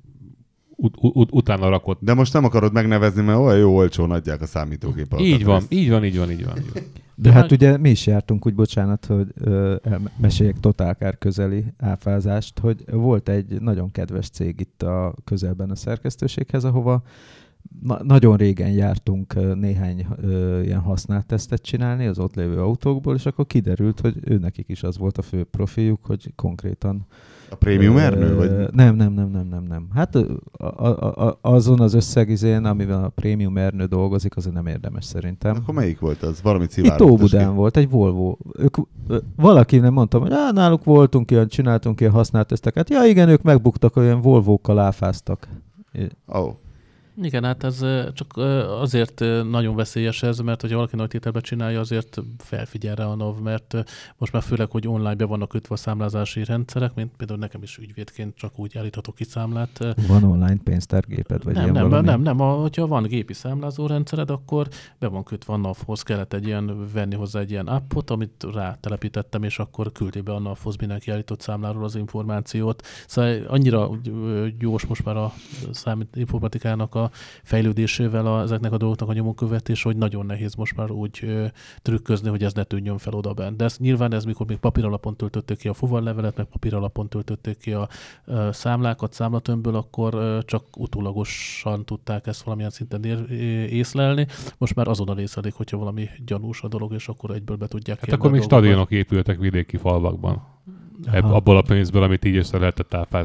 ut, ut, utána rakott. De most nem akarod megnevezni, mert olyan jó olcsón adják a számítógép Így alkatrészt. van, így van, így van, így van. Így van. De Ja, hát meg- ugye mi is jártunk úgy, bocsánat, hogy ö, el- meséljek totálkár közeli áfázást, hogy volt egy nagyon kedves cég itt a közelben a szerkesztőséghez, ahova na- nagyon régen jártunk ö, néhány ö, ilyen használt tesztet csinálni az ott lévő autókból, és akkor kiderült, hogy őnekik is az volt a fő profiljuk, hogy konkrétan... A prémium ö, ernő? Vagy? Nem, nem, nem, nem, nem, nem. Hát ö, a, a, a, azon az összegizén, amivel a prémium ernő dolgozik, az nem érdemes szerintem. Akkor melyik volt az? Valami Itt szivárogtas Óbudán ki. volt, egy Volvo. Ők, ö, valaki nem mondtam, hogy á, náluk voltunk ilyen, csináltunk ilyen használt teszteket. Ja igen, ők megbuktak, olyan Volvókkal áfáztak. Ó. Oh. Igen, hát ez ö, csak ö, azért ö, nagyon veszélyes ez, mert hogyha valaki nagy tételbe csinálja, azért felfigyel rá a NAV, mert ö, most már főleg, hogy online be vannak kötve a számlázási rendszerek, mint például nekem is ügyvédként csak úgy állíthatok ki számlát. ö, Van online pénztárgéped, vagy nem, ilyen nem, valami? nem, nem, a, hogyha van gépi számlázó rendszered, akkor be van kötve a NAV-hoz, kellett egy ilyen, venni hozzá egy ilyen appot, amit rátelepítettem, és akkor küldték be a NAV-hoz mindenki állított számláról az információt. Szóval annyira ö, gyors most már a számít informatikának a fejlődésével a, ezeknek a dolgoknak a nyomonkövetés, hogy nagyon nehéz most már úgy ö, trükközni, hogy ez ne tűnjön fel oda bent. De ez, nyilván ez, mikor még papíralapon töltötték ki a fuvarlevelet, meg papíralapon töltötték ki a ö, számlákat számlatömbből, akkor ö, csak utólagosan tudták ezt valamilyen szinten ér, észlelni. Most már azonnal észlelik, hogyha valami gyanús a dolog, és akkor egyből be tudják Hát kérni akkor a még dolgokat. stadionok épültek vidéki falvakban. Ebb, Aha. abból a pénzből, amit így össze lehetett áfázni.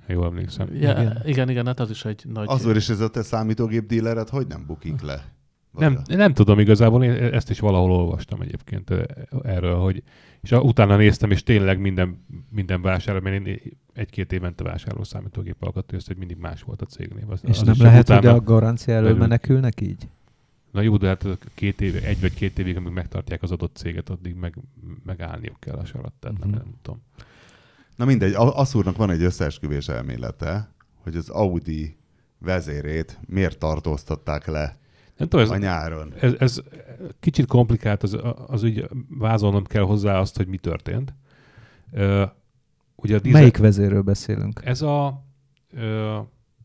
ha jól emlékszem. Ja, Igen. igen, igen, hát az is egy nagy... Azon is ez a te számítógép dílered, hogy nem bukik le? Nem, nem tudom igazából, én ezt is valahol olvastam egyébként erről, hogy és utána néztem, és tényleg minden, minden vásárló, mert én egy-két évente vásároló számítógép alkatrészt, hogy mindig más volt a cégnév. Az, És az nem is lehet, utána hogy a garancia elől belül- menekülnek így? Na jó, de hát két év, egy vagy két évig, amíg megtartják az adott céget, addig meg, megállniuk kell a sarat, tehát Mhm. nem, nem tudom. Na mindegy, A- Asszúrnak van egy összeesküvés elmélete, hogy az Audi vezérét miért tartóztatták le Nem tudom, a ez, nyáron. ez, ez kicsit komplikált, az, az úgy vázolnom kell hozzá azt, hogy mi történt. Uh, ugye a dízel, Melyik vezérről beszélünk? Ez a uh,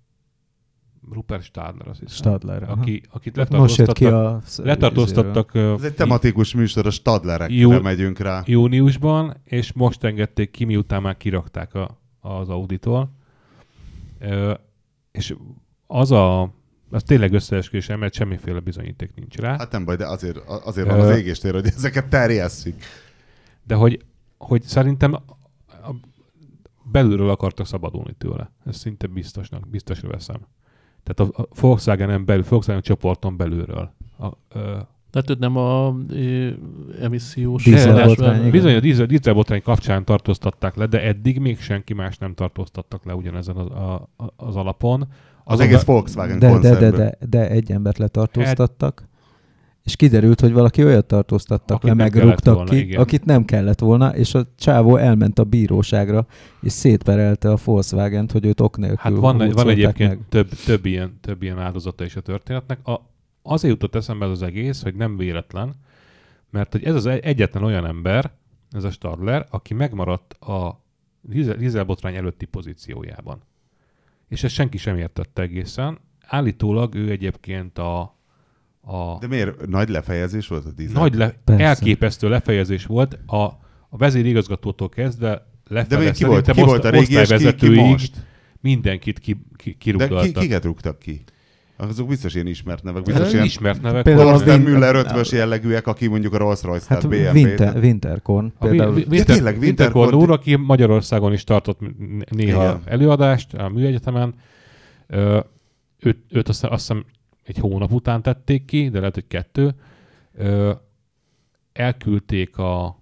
Rupert Stadler, azt hiszem. Stadler. aha. Aki, akit Most jött letartóztattak, ki a... letartóztattak uh, Ez egy tematikus műsor, a Stadlerekre Jó. megyünk rá. júniusban, és most engedték ki, miután már kirakták a, az Auditól. Uh, és az a az tényleg összeesküvés, mert semmiféle bizonyíték nincs rá. Hát nem baj, de azért, azért van az égéstér, hogy ezeket terjesszük. De hogy, hogy szerintem a- a- belülről akartak szabadulni tőle. Ezt szinte biztosnak, biztosra veszem. Tehát a, a Volkswagen-en belül, Volkswagen csoporton belülről. A, ö, Tehát őt nem a ö, emissziós... Dízelbotrány, eladásban- igen. bizony a dízel, dízelbotrány kapcsán tartóztatták le, de eddig még senki más nem tartóztattak le ugyanezen az, a, a, az alapon. Az Azon egész be- Volkswagen Hát- De, de, de, koncernből. de, de egy embert letartóztattak, és kiderült, hogy valaki olyat tartóztattak Akit le, nem kellett megrúgtak volna, ki, igen. akit nem kellett volna, és a csávó elment a bíróságra, és szétperelte a Volkswagent, hogy őt ok nélkül Hát van, van hurcolták egyébként meg. több, több, ilyen, több ilyen áldozata is a történetnek. A, azért jutott eszembe ez az egész, hogy nem véletlen, mert hogy ez az egyetlen olyan ember, ez a Stadler, aki megmaradt a dízel- dízelbotrány előtti pozíciójában. És ezt senki sem értette egészen. Állítólag ő egyébként a, a De miért? Nagy lefejezés volt a dízel? nagy le, Persze. elképesztő lefejezés volt a, a vezérigazgatótól kezdve lefele. De még ki volt, szerintem ki volt a osztály- régi, és ki, ki osztályvezetőig most? mindenkit ki, ki, De kirúgdaltak. ki, kiket rúgtak ki? Azok biztos ilyen ismert nevek, Hát biztos ilyen ismert nevek. Például voltak. a Thorsten Vin- Müller ötvös jellegűek, aki mondjuk a Rolls-Royce, Hát tehát bé em vé. Winter, Winterkorn A Vi- például. Vi- Ja, Winter, tényleg, Winterkorn Winterkorn- úr, aki Magyarországon is tartott n- néha Igen. előadást a műegyetemen. Ö, Őt, őt azt, azt hiszem egy hónap után tették ki, de lehet, hogy kettő. Ö, Elküldték a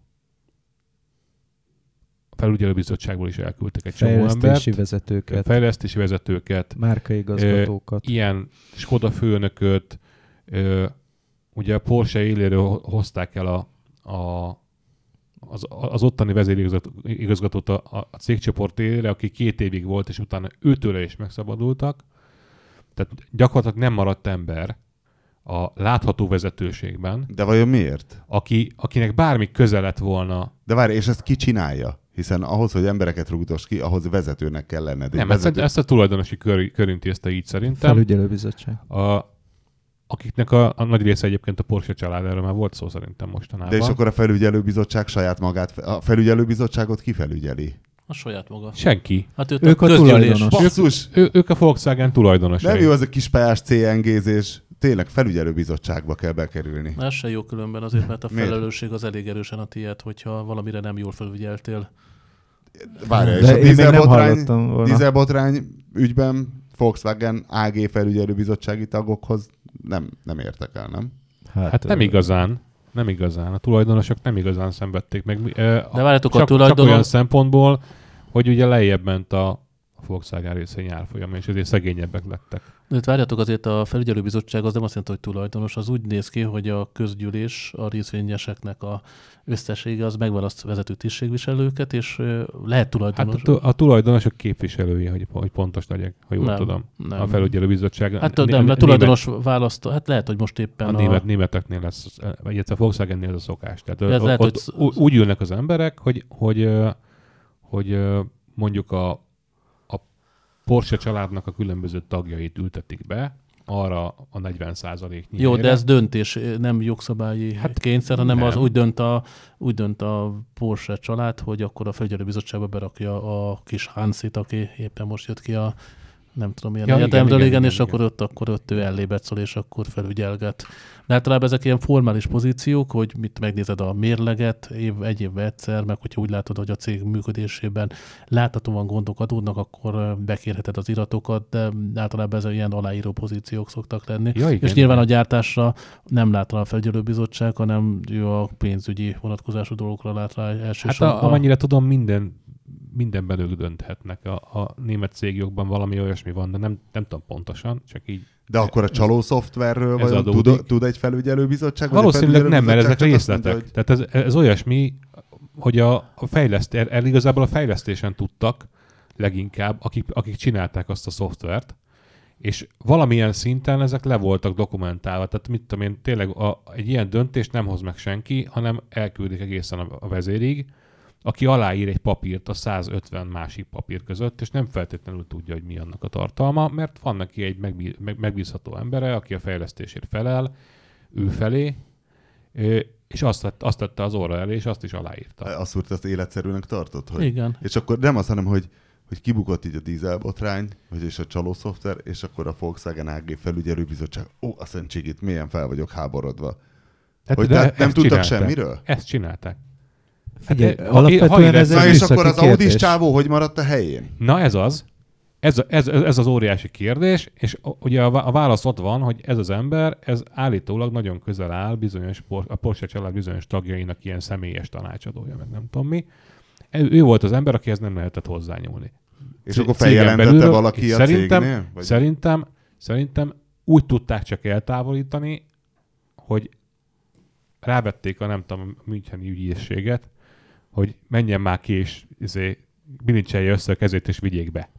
felügyelőbizottságból is elküldtek egy csomó Fejlesztési embert. vezetőket, Fejlesztési vezetőket. márkaigazgatókat. Ilyen Skoda főnököt, ö, ugye a Porsche éléről hozták el a, a, az, az ottani vezérigazgatót a, a, a cégcsoport élére, aki két évig volt, és utána őtőle is megszabadultak. Tehát gyakorlatilag nem maradt ember a látható vezetőségben, De vajon miért? aki, akinek bármi köze lett volna. De várj, és ezt ki csinálja? Hiszen ahhoz, hogy embereket rúgdos ki, ahhoz vezetőnek kell lenned. Egy Nem, ezt, vezető... ezt a tulajdonosi kör, kör intézte így szerintem. Felügyelőbizottság. A, akiknek a, a nagy része egyébként a Porsche család, erről már volt szó szerintem mostanában. De és akkor a felügyelőbizottság saját magát, a felügyelőbizottságot kifelügyeli? A saját maga. Senki. Hát őt Ők a közgyűlés. tulajdonos. Basszus! Ő, ők a Volkswagen tulajdonosai. Nem jó az a kispályás cé en gé-zés. Tényleg felügyelőbizottságba kell bekerülni. Ez se jó különben azért, mert a Miért? felelősség az elég erősen a tiéd, hogyha valamire nem jól felügyeltél. Várj, és De a én még nem dízelbotrány, hallottam volna. dízelbotrány ügyben Volkswagen á gé felügyelőbizottsági tagokhoz nem, nem értek el, nem? Hát nem igazán. Nem igazán. A tulajdonosok nem igazán szenvedték meg. De várjátok, a csak, tulajdonos- csak olyan szempontból, hogy ugye lejjebb ment a a Volkswagen részény árfolyama, és ezért szegényebbek lettek. De itt várjátok, azért a felügyelőbizottság az nem azt jelenti, hogy tulajdonos, az úgy néz ki, hogy a közgyűlés, a részvényeseknek a összessége az megválaszt vezető tisztségviselőket, és ö, lehet Hát tulajdonos. a, tu- a tulajdonosok képviselői, hogy, hogy pontos legyek, ha jól Nem, tudom. nem. A felügyelőbizottság. Hát a, nem, a, a tulajdonos választ, hát lehet, hogy most éppen A, a... német, németeknél lesz, vagy a Volkswagennél ez a szokás. Tehát Ez ott, lehet, ott hogy- ú- úgy ülnek az emberek, hogy, hogy, ö, hogy ö, mondjuk a, a Porsche családnak a különböző tagjait ültetik be, arra a negyven százaléknyi Jó, helyre. de ez döntés, nem jogszabályi hát kényszer, hanem nem. az úgy dönt, a, úgy dönt a Porsche család, hogy akkor a felügyelőbizottságba berakja a kis Hansit, aki éppen most jött ki a nem tudom, ilyen Ja, ja, igen, egyetemről, igen, igen, igen, és igen. akkor ott, akkor ott ő ellébetszol, és akkor felügyelget. De általában ezek ilyen formális pozíciók, hogy mit megnézed a mérleget év, egy évben egyszer, meg hogyha úgy látod, hogy a cég működésében láthatóan gondok adódnak, akkor bekérheted az iratokat, de általában ezek ilyen aláíró pozíciók szoktak lenni. Ja, igen, és nyilván igen. a gyártásra nem lát rá a felügyelőbizottság, hanem ő a pénzügyi vonatkozású dolgokra lát rá Hát elsősorban. a, amennyire tudom, minden, mindenben ők dönthetnek. A, a német cégjogban valami olyasmi van, de nem, nem tudom pontosan, csak így. De akkor a csaló szoftverről ez vagy adódik. tud, tud egy felügyelőbizottság? vagy egy Valószínűleg nem, mert ezek felügyelőbizottság csak azt részletek. mondta, hogy Tehát ez, ez olyasmi, hogy a, a fejleszt, el, el igazából a fejlesztésen tudtak leginkább, akik, akik csinálták azt a szoftvert, és valamilyen szinten ezek le voltak dokumentálva. Tehát mit tudom én, tényleg a, egy ilyen döntést nem hoz meg senki, hanem elküldik egészen a, a vezérig, aki aláír egy papírt a százötven másik papír között, és nem feltétlenül tudja, hogy mi annak a tartalma, mert van neki egy megbí, meg, megbízható embere, aki a fejlesztésért felel, ő felé, és azt, tett, azt tette az orra elé, és azt is aláírta. Azt úrt, azt életszerűnek tartott? Hogy... Igen. És akkor nem az, hanem, hogy, hogy kibukott így a dízelbotrány, vagy és a csaló szoftver, és akkor a Volkswagen á gé felügyelőbizottság, ó, azt mondja, csigit, milyen fel vagyok háborodva. Tehát, Hogy de tehát nem ezt tudtak csinálták. semmiről? Ezt csinálták. Figyelj, Hát, ha- alapvetően ha ez Na egy és akkor az műszaki Audis kérdés. csávó hogy maradt a helyén? Na ez az. Ez, a- ez, ez az óriási kérdés, és ugye a, a válasz ott van, hogy ez az ember, ez állítólag nagyon közel áll bizonyos, a Porsche család bizonyos tagjainak ilyen személyes tanácsadója, meg nem tudom mi. Ő, ő volt az ember, akihez nem lehetett hozzányúlni. És C- akkor cégen feljelentette belülről, valaki és a szerintem, cégnél? Vagy... Szerintem, szerintem úgy tudták csak eltávolítani, hogy rávették a nem tudom, a müncheni ügyészséget, hogy menjen már ki, és izé, bilincselje össze a kezét, és vigyék be.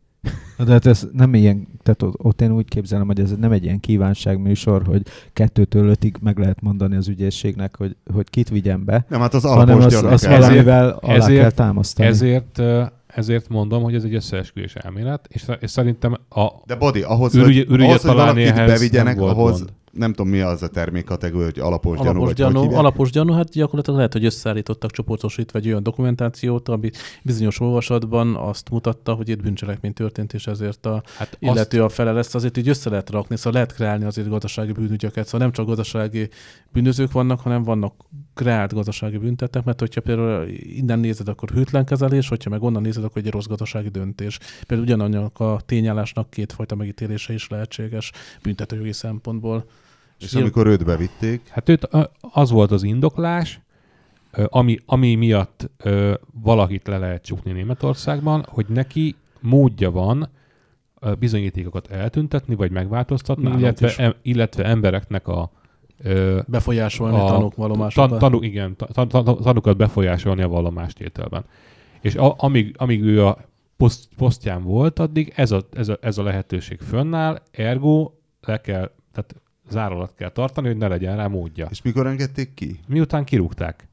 De hát ez nem ilyen, tehát ott, ott én úgy képzelem, hogy ez nem egy ilyen kívánságműsor, hogy kettőtől ötig meg lehet mondani az ügyészségnek, hogy, hogy kit vigyen be, Nem, hát az hanem alapos az, gyanúk az el- valamivel alá ezért- kell támasztani. Ezért, ö, ezért mondom, hogy ez egy összeesküvés elmélet, és, és szerintem a, De Bodi, ahhoz, Ürügy- hogy, ürügyet ahhoz, hogy találni valakit ehhez bevigyenek, nem volt ahhoz gond. nem tudom mi az a termékkategória, hogy alapos, gyanú, Alapos vagy gyanú, hogy hívják. alapos gyanú, hát gyakorlatilag lehet, hogy összeállítottak csoportosítva egy olyan dokumentációt, ami bizonyos olvasatban azt mutatta, hogy itt bűncselekmény történt, és ezért a hát illető a fele lesz, azért így össze lehet rakni, szóval lehet kreálni azért gazdasági bűnügyeket, szóval nem csak gazdasági bűnözők vannak, hanem vannak kreált gazdasági büntetek, mert hogyha például innen nézed, akkor hűtlenkezelés, hogyha meg onnan nézed, akkor egy rossz gazdasági döntés. Például ugyanannak a tényállásnak kétfajta megítélése is lehetséges büntetőjogi szempontból. És amikor őt bevitték, Hát őt, ö, az volt az indoklás, ö, ami, ami miatt ö, valakit le lehet csukni Németországban, hogy neki módja van ö, bizonyítékokat eltüntetni, vagy megváltoztatni, Nálunk illetve, is. em, illetve embereknek a, ö, Befolyásolni a tanúk vallomásokat. tan, tanú, igen, tan, tan, tanúkat befolyásolni a vallomástételben. És a, amíg, amíg ő a poszt, posztján volt, addig ez a, ez, a, ez a lehetőség fönnáll, ergo le kell, tehát zárólat kell tartani, hogy ne legyen rá módja. és mikor engedték ki? Miután kirúgták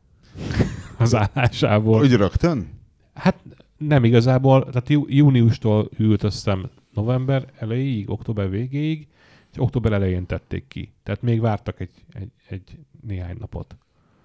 az állásából. Úgy rögtön? Hát nem igazából, tehát jú, júniustól ült azt hiszem november elejéig, október végéig, és október elején tették ki. Tehát még vártak egy, egy, egy néhány napot.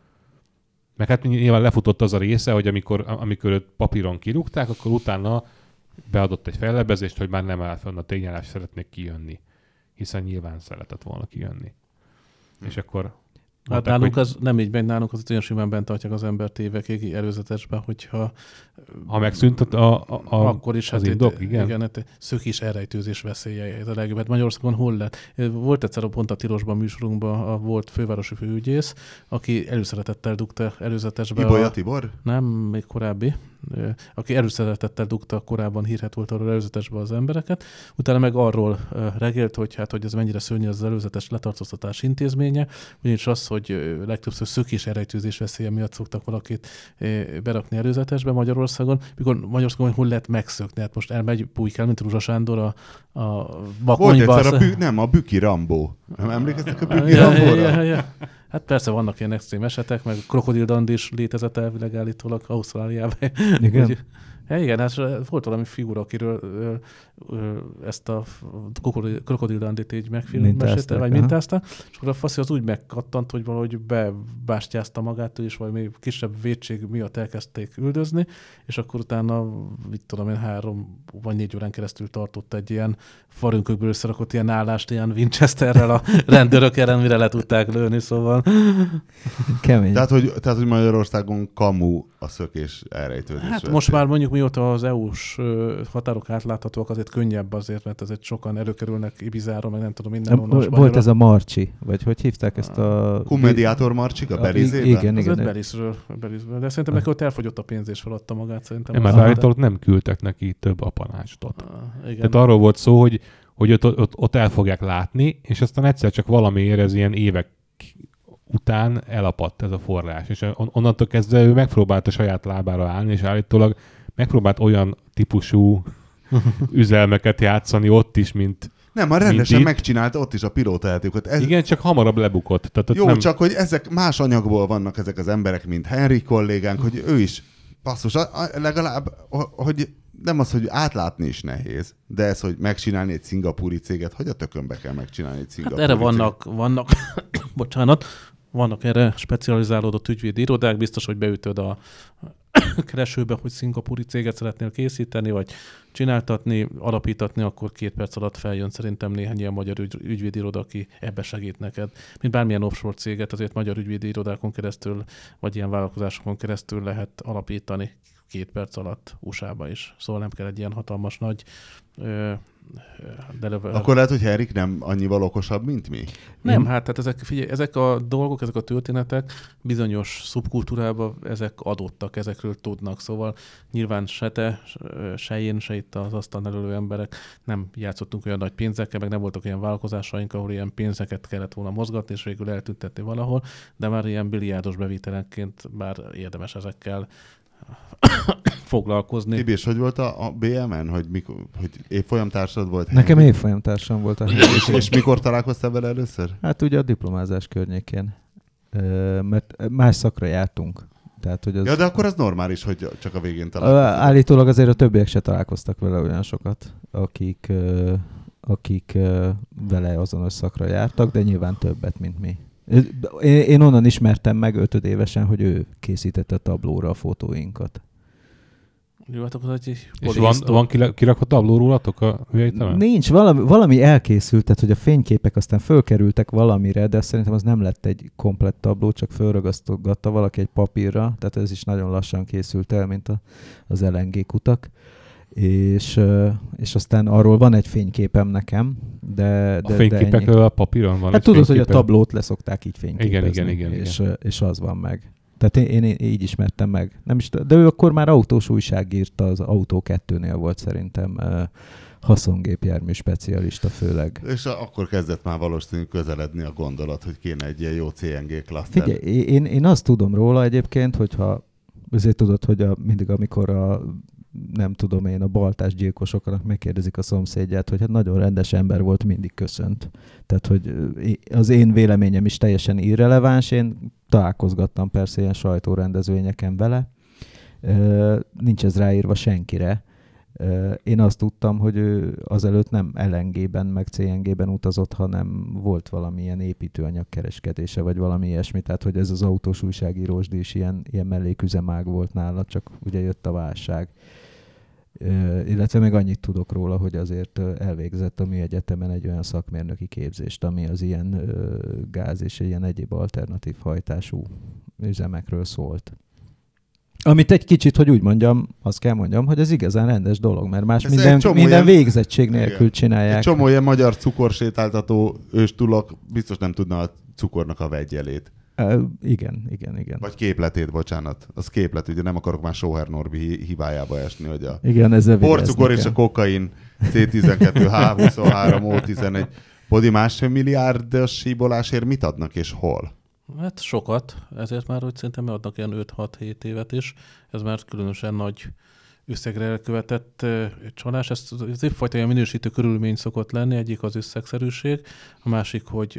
Meg hát nyilván lefutott az a része, hogy amikor, amikor őt papíron kirúgták, akkor utána beadott egy fellebbezést, hogy már nem áll fönn a tényállás, szeretnék kijönni. Hiszen nyilván szeretett volna kijönni. Hm. És akkor Hát mondták, nálunk hogy az nem így megy, nálunk az olyan simán bent tartják az embert évekig előzetesben, hogyha ha megszűnt a, a, a, akkor is az hát indok, itt, igen. igen hát szökés elrejtőzés veszélye ez a legjobb. Hát Magyarországon hol lett? Volt egyszer a pont a Tilosban műsorunkban a volt fővárosi főügyész, aki előszeretettel dugta előzetesbe. Ibolya a, Tibor? nem, még korábbi, aki előszeretettel dugta korábban hírhet volt arról előzetesbe az embereket, utána meg arról regélt, hogy hát, hogy ez mennyire szörnyű az előzetes letartóztatás intézménye, ugyanis az, hogy legtöbbször szökés elrejtőzés veszélye miatt szoktak valakit berakni előzetesbe Magyarországon, mikor Magyarországon hol lehet megszökni, hát most elmegy, bújkál, mint Ruzsa Sándor a, a Volt bakonyba. egyszer a bü- nem, a Büki Rambó. Nem emlékeztek a Büki Ja, Rambóra? ja, ja. Hát persze vannak ilyen extrém esetek, meg krokodildand is létezett elvileg állítólag Ausztráliában. Igen. Úgy, Ja, igen, hát volt valami figura, akiről ö, ö, ezt a Krokodil Dandit így megfilmeselte, vagy mintázta, és akkor a faszi az úgy megkattant, hogy valahogy bebástyázta magát, és valami kisebb vétség miatt elkezdték üldözni, és akkor utána, mit tudom én, három vagy négy órán keresztül tartott egy ilyen farönkökből összerakott ilyen állást, ilyen Winchesterrel a rendőrök ellen, mire le tudták lőni, szóval... Kemény. Tehát, hogy, tehát, hogy Magyarországon kamu a szökés elrejtőzés. Hát veszély. most már mondjuk mióta az é u-s határok átláthatóak, azért könnyebb azért, mert azért sokan előkerülnek Ibizára, meg nem tudom, mindenhonnan. Volt ez a Marcsi, vagy hogy hívták ezt a... Kummediátor Marcsik a Belizében? Igen, az igen. Belizről, Belizről. De szerintem neki ott elfogyott a pénz és feladta magát. Szerintem Nem, az mert a- állítólag nem küldtek neki több apanácsot. Ah, igen. Tehát arról volt szó, hogy, hogy ott, ott, ott el fogják látni, és aztán egyszer csak valamiért ez ilyen évek után elapadt ez a forrás. És on, onnantól kezdve ő megpróbálta saját lábára állni, és állítólag megpróbált olyan típusú üzelmeket játszani ott is, mint... Nem, a rendesen itt. megcsinálta ott is a pilótajátékot. Ez... Igen, csak hamarabb lebukott. Tehát ott Jó, nem... csak hogy ezek más anyagból vannak ezek az emberek, mint Henry kollégánk, hogy ő is basszus, a, a, legalább, hogy nem az, hogy átlátni is nehéz, de ez, hogy megcsinálni egy szingapúri céget, hogy a tökönbe kell megcsinálni egy szingapúri Hát erre céget? vannak, vannak bocsánat, vannak erre specializálódott ügyvédi irodák, biztos, hogy beütöd a keresőbe, hogy szingapúri céget szeretnél készíteni, vagy csináltatni, alapítatni, akkor két perc alatt feljön szerintem néhány ilyen magyar ügy, ügyvédi iroda, aki ebbe segít neked. Mint bármilyen offshore céget, azért magyar ügyvédi irodákon keresztül, vagy ilyen vállalkozásokon keresztül lehet alapítani két perc alatt u es á-ba is. Szóval nem kell egy ilyen hatalmas nagy ö, de löve... Akkor lehet, hogy Henrik nem annyival okosabb, mint mi? Nem, Én- hát tehát ezek, figyelj, ezek a dolgok, ezek a történetek bizonyos szubkultúrában ezek adottak, ezekről tudnak. Szóval nyilván se te, se én, se itt az asztalnál ülő emberek nem játszottunk olyan nagy pénzekkel, meg nem voltak olyan vállalkozásaink, ahol ilyen pénzeket kellett volna mozgatni, és végül eltüntetni valahol, de már ilyen biliárdos bevételenként már érdemes ezekkel foglalkozni. Tibi, és hogy volt a, a bé em en, hogy, mikor, hogy évfolyamtársad volt? Nekem Henrik? évfolyamtársam volt a és, és mikor találkoztál vele először? Hát ugye a diplomázás környékén. Ö, mert más szakra jártunk. Tehát, hogy az... Ja, de akkor az normális, hogy csak a végén Ö, találkoztál. Állítólag azért a többiek se találkoztak vele olyan sokat, akik, ö, akik ö, vele azonos szakra jártak, de nyilván többet, mint mi. Én, én onnan ismertem meg ötödévesen, hogy ő készítette a tablóra a fotóinkat. Jó, hát akkor egy És van, van kila- kirakva tabló rólatok a hülyejtemen? Nincs, valami, valami elkészült, tehát hogy a fényképek aztán fölkerültek valamire, de szerintem az nem lett egy komplett tabló, csak fölragasztogatta valaki egy papírra, tehát ez is nagyon lassan készült el, mint a, az el en gé kutak. És, ö, és aztán arról van egy fényképem nekem, de, A de, de fényképekről ennyi. a papíron van Hát egy tudod, hogy a fényképe? tablót leszokták így fényképezni. Igen, igen, igen, és, és az van meg. Tehát én, én így ismertem meg. Nem is, de ő akkor már autós újságírta, az Autó kettőnél volt szerintem uh, haszongépjármű specialista főleg. És a, akkor kezdett már valószínűleg közeledni a gondolat, hogy kéne egy ilyen jó cé en gé klaszter. Figyelj, én, én azt tudom róla egyébként, hogyha azért tudod, hogy a, mindig amikor a nem tudom én, a baltás gyilkosoknak megkérdezik a szomszédját, hogy hát nagyon rendes ember volt, mindig köszönt. Tehát, hogy az én véleményem is teljesen irreleváns, én találkozgattam persze ilyen sajtórendezvényeken vele, nincs ez ráírva senkire. Én azt tudtam, hogy ő azelőtt nem el en gében, meg cé en gében utazott, hanem volt valamilyen építőanyag kereskedése, vagy valami ilyesmi. Tehát, hogy ez az autós újságírósdi is ilyen, ilyen melléküzemág volt nála, csak ugye jött a válság. Illetve meg annyit tudok róla, hogy azért elvégzett a műegyetemen egy olyan szakmérnöki képzést, ami az ilyen gáz és ilyen egyéb alternatív hajtású üzemekről szólt. Amit egy kicsit, hogy úgy mondjam, azt kell mondjam, hogy ez igazán rendes dolog, mert más Ez minden, egy csomó minden ilyen- végzettség nélkül Igen. csinálják. Egy csomó ilyen magyar cukorsétáltató őstulak biztos nem tudna a cukornak a vegyelét. Uh, igen, igen, igen. Vagy képletét, bocsánat. Az képlet, ugye nem akarok már Sóher Norbi hi- hibájába esni, hogy a Igen, ezzel porcukor vigyázni és a kell. kokain cé tizenkettő há huszonhárom ó tizenegy Podi másfél milliárdos síbolásért mit adnak és hol? Hát sokat, ezért már úgy szerintem adnak ilyen öt-hat-hét évet is. Ez már különösen nagy összegre elkövetett uh, csalás. Ez, ez egyfajta ilyen minősítő körülmény szokott lenni. Egyik az összegszerűség, a másik, hogy uh,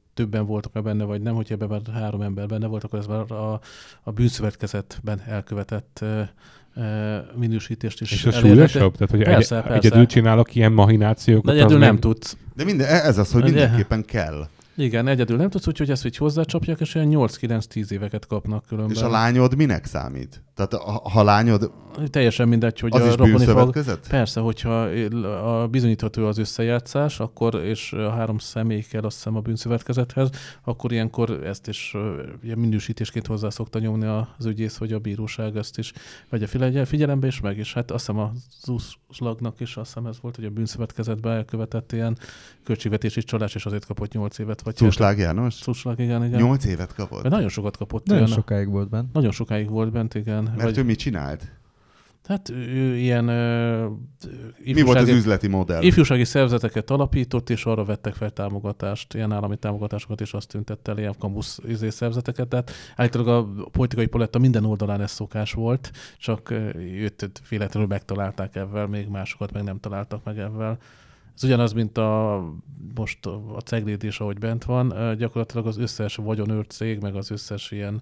többen voltak benne, vagy nem, hogyha ebben már három ember benne volt, akkor ez már a, a bűnszövetkezetben elkövetett minősítést is és a elérhető. súlyosabb? Tehát, hogy Persze, egy, persze. egyedül csinálok ilyen mahinációkat? De egyedül az nem tudsz. De minden, ez az, hogy De- mindenképpen kell. Igen, egyedül nem tudsz, úgyhogy ezt így hozzácsapják, és olyan nyolc-kilenc-tíz éveket kapnak különben. És a lányod minek számít? Tehát ha, ha lányod, Teljesen mindegy, hogy az a is rokoni fog. bűnszövetkezet? Persze, hogyha a bizonyítható az összejátszás, akkor, és a három személy kell azt hiszem a bűnszövetkezethez, akkor ilyenkor ezt is ilyen minősítésként hozzá szokta nyomni az ügyész, hogy a bíróság ezt is vegye figyel- figyelembe, és meg is. Hát azt hiszem az úszlagnak is azt hiszem ez volt, hogy a bűnszövetkezetben elkövetett ilyen költségvetési csalás, és azért kapott nyolc évet. Vagy Cuslág János? Cuslág, igen, igen. Nyolc évet kapott? Mert nagyon sokat kapott. Nagyon ilyen, sokáig volt benne. nagyon sokáig volt bent, igen. Mert Vagy, ő mit csinált? hát ő ilyen uh, Mi volt az üzleti modell? ifjúsági szervezeteket alapított, és arra vettek fel támogatást, ilyen állami támogatásokat, és azt tüntette el, ilyen kampusz izé szervezeteket. Tehát állítólag a politikai paletta minden oldalán ez szokás volt, csak őt véletlenül megtalálták ebben, még másokat meg nem találtak meg ebben. Ez ugyanaz, mint a, most a ceglédés, ahogy bent van, gyakorlatilag az összes vagyonőrt cég, meg az összes ilyen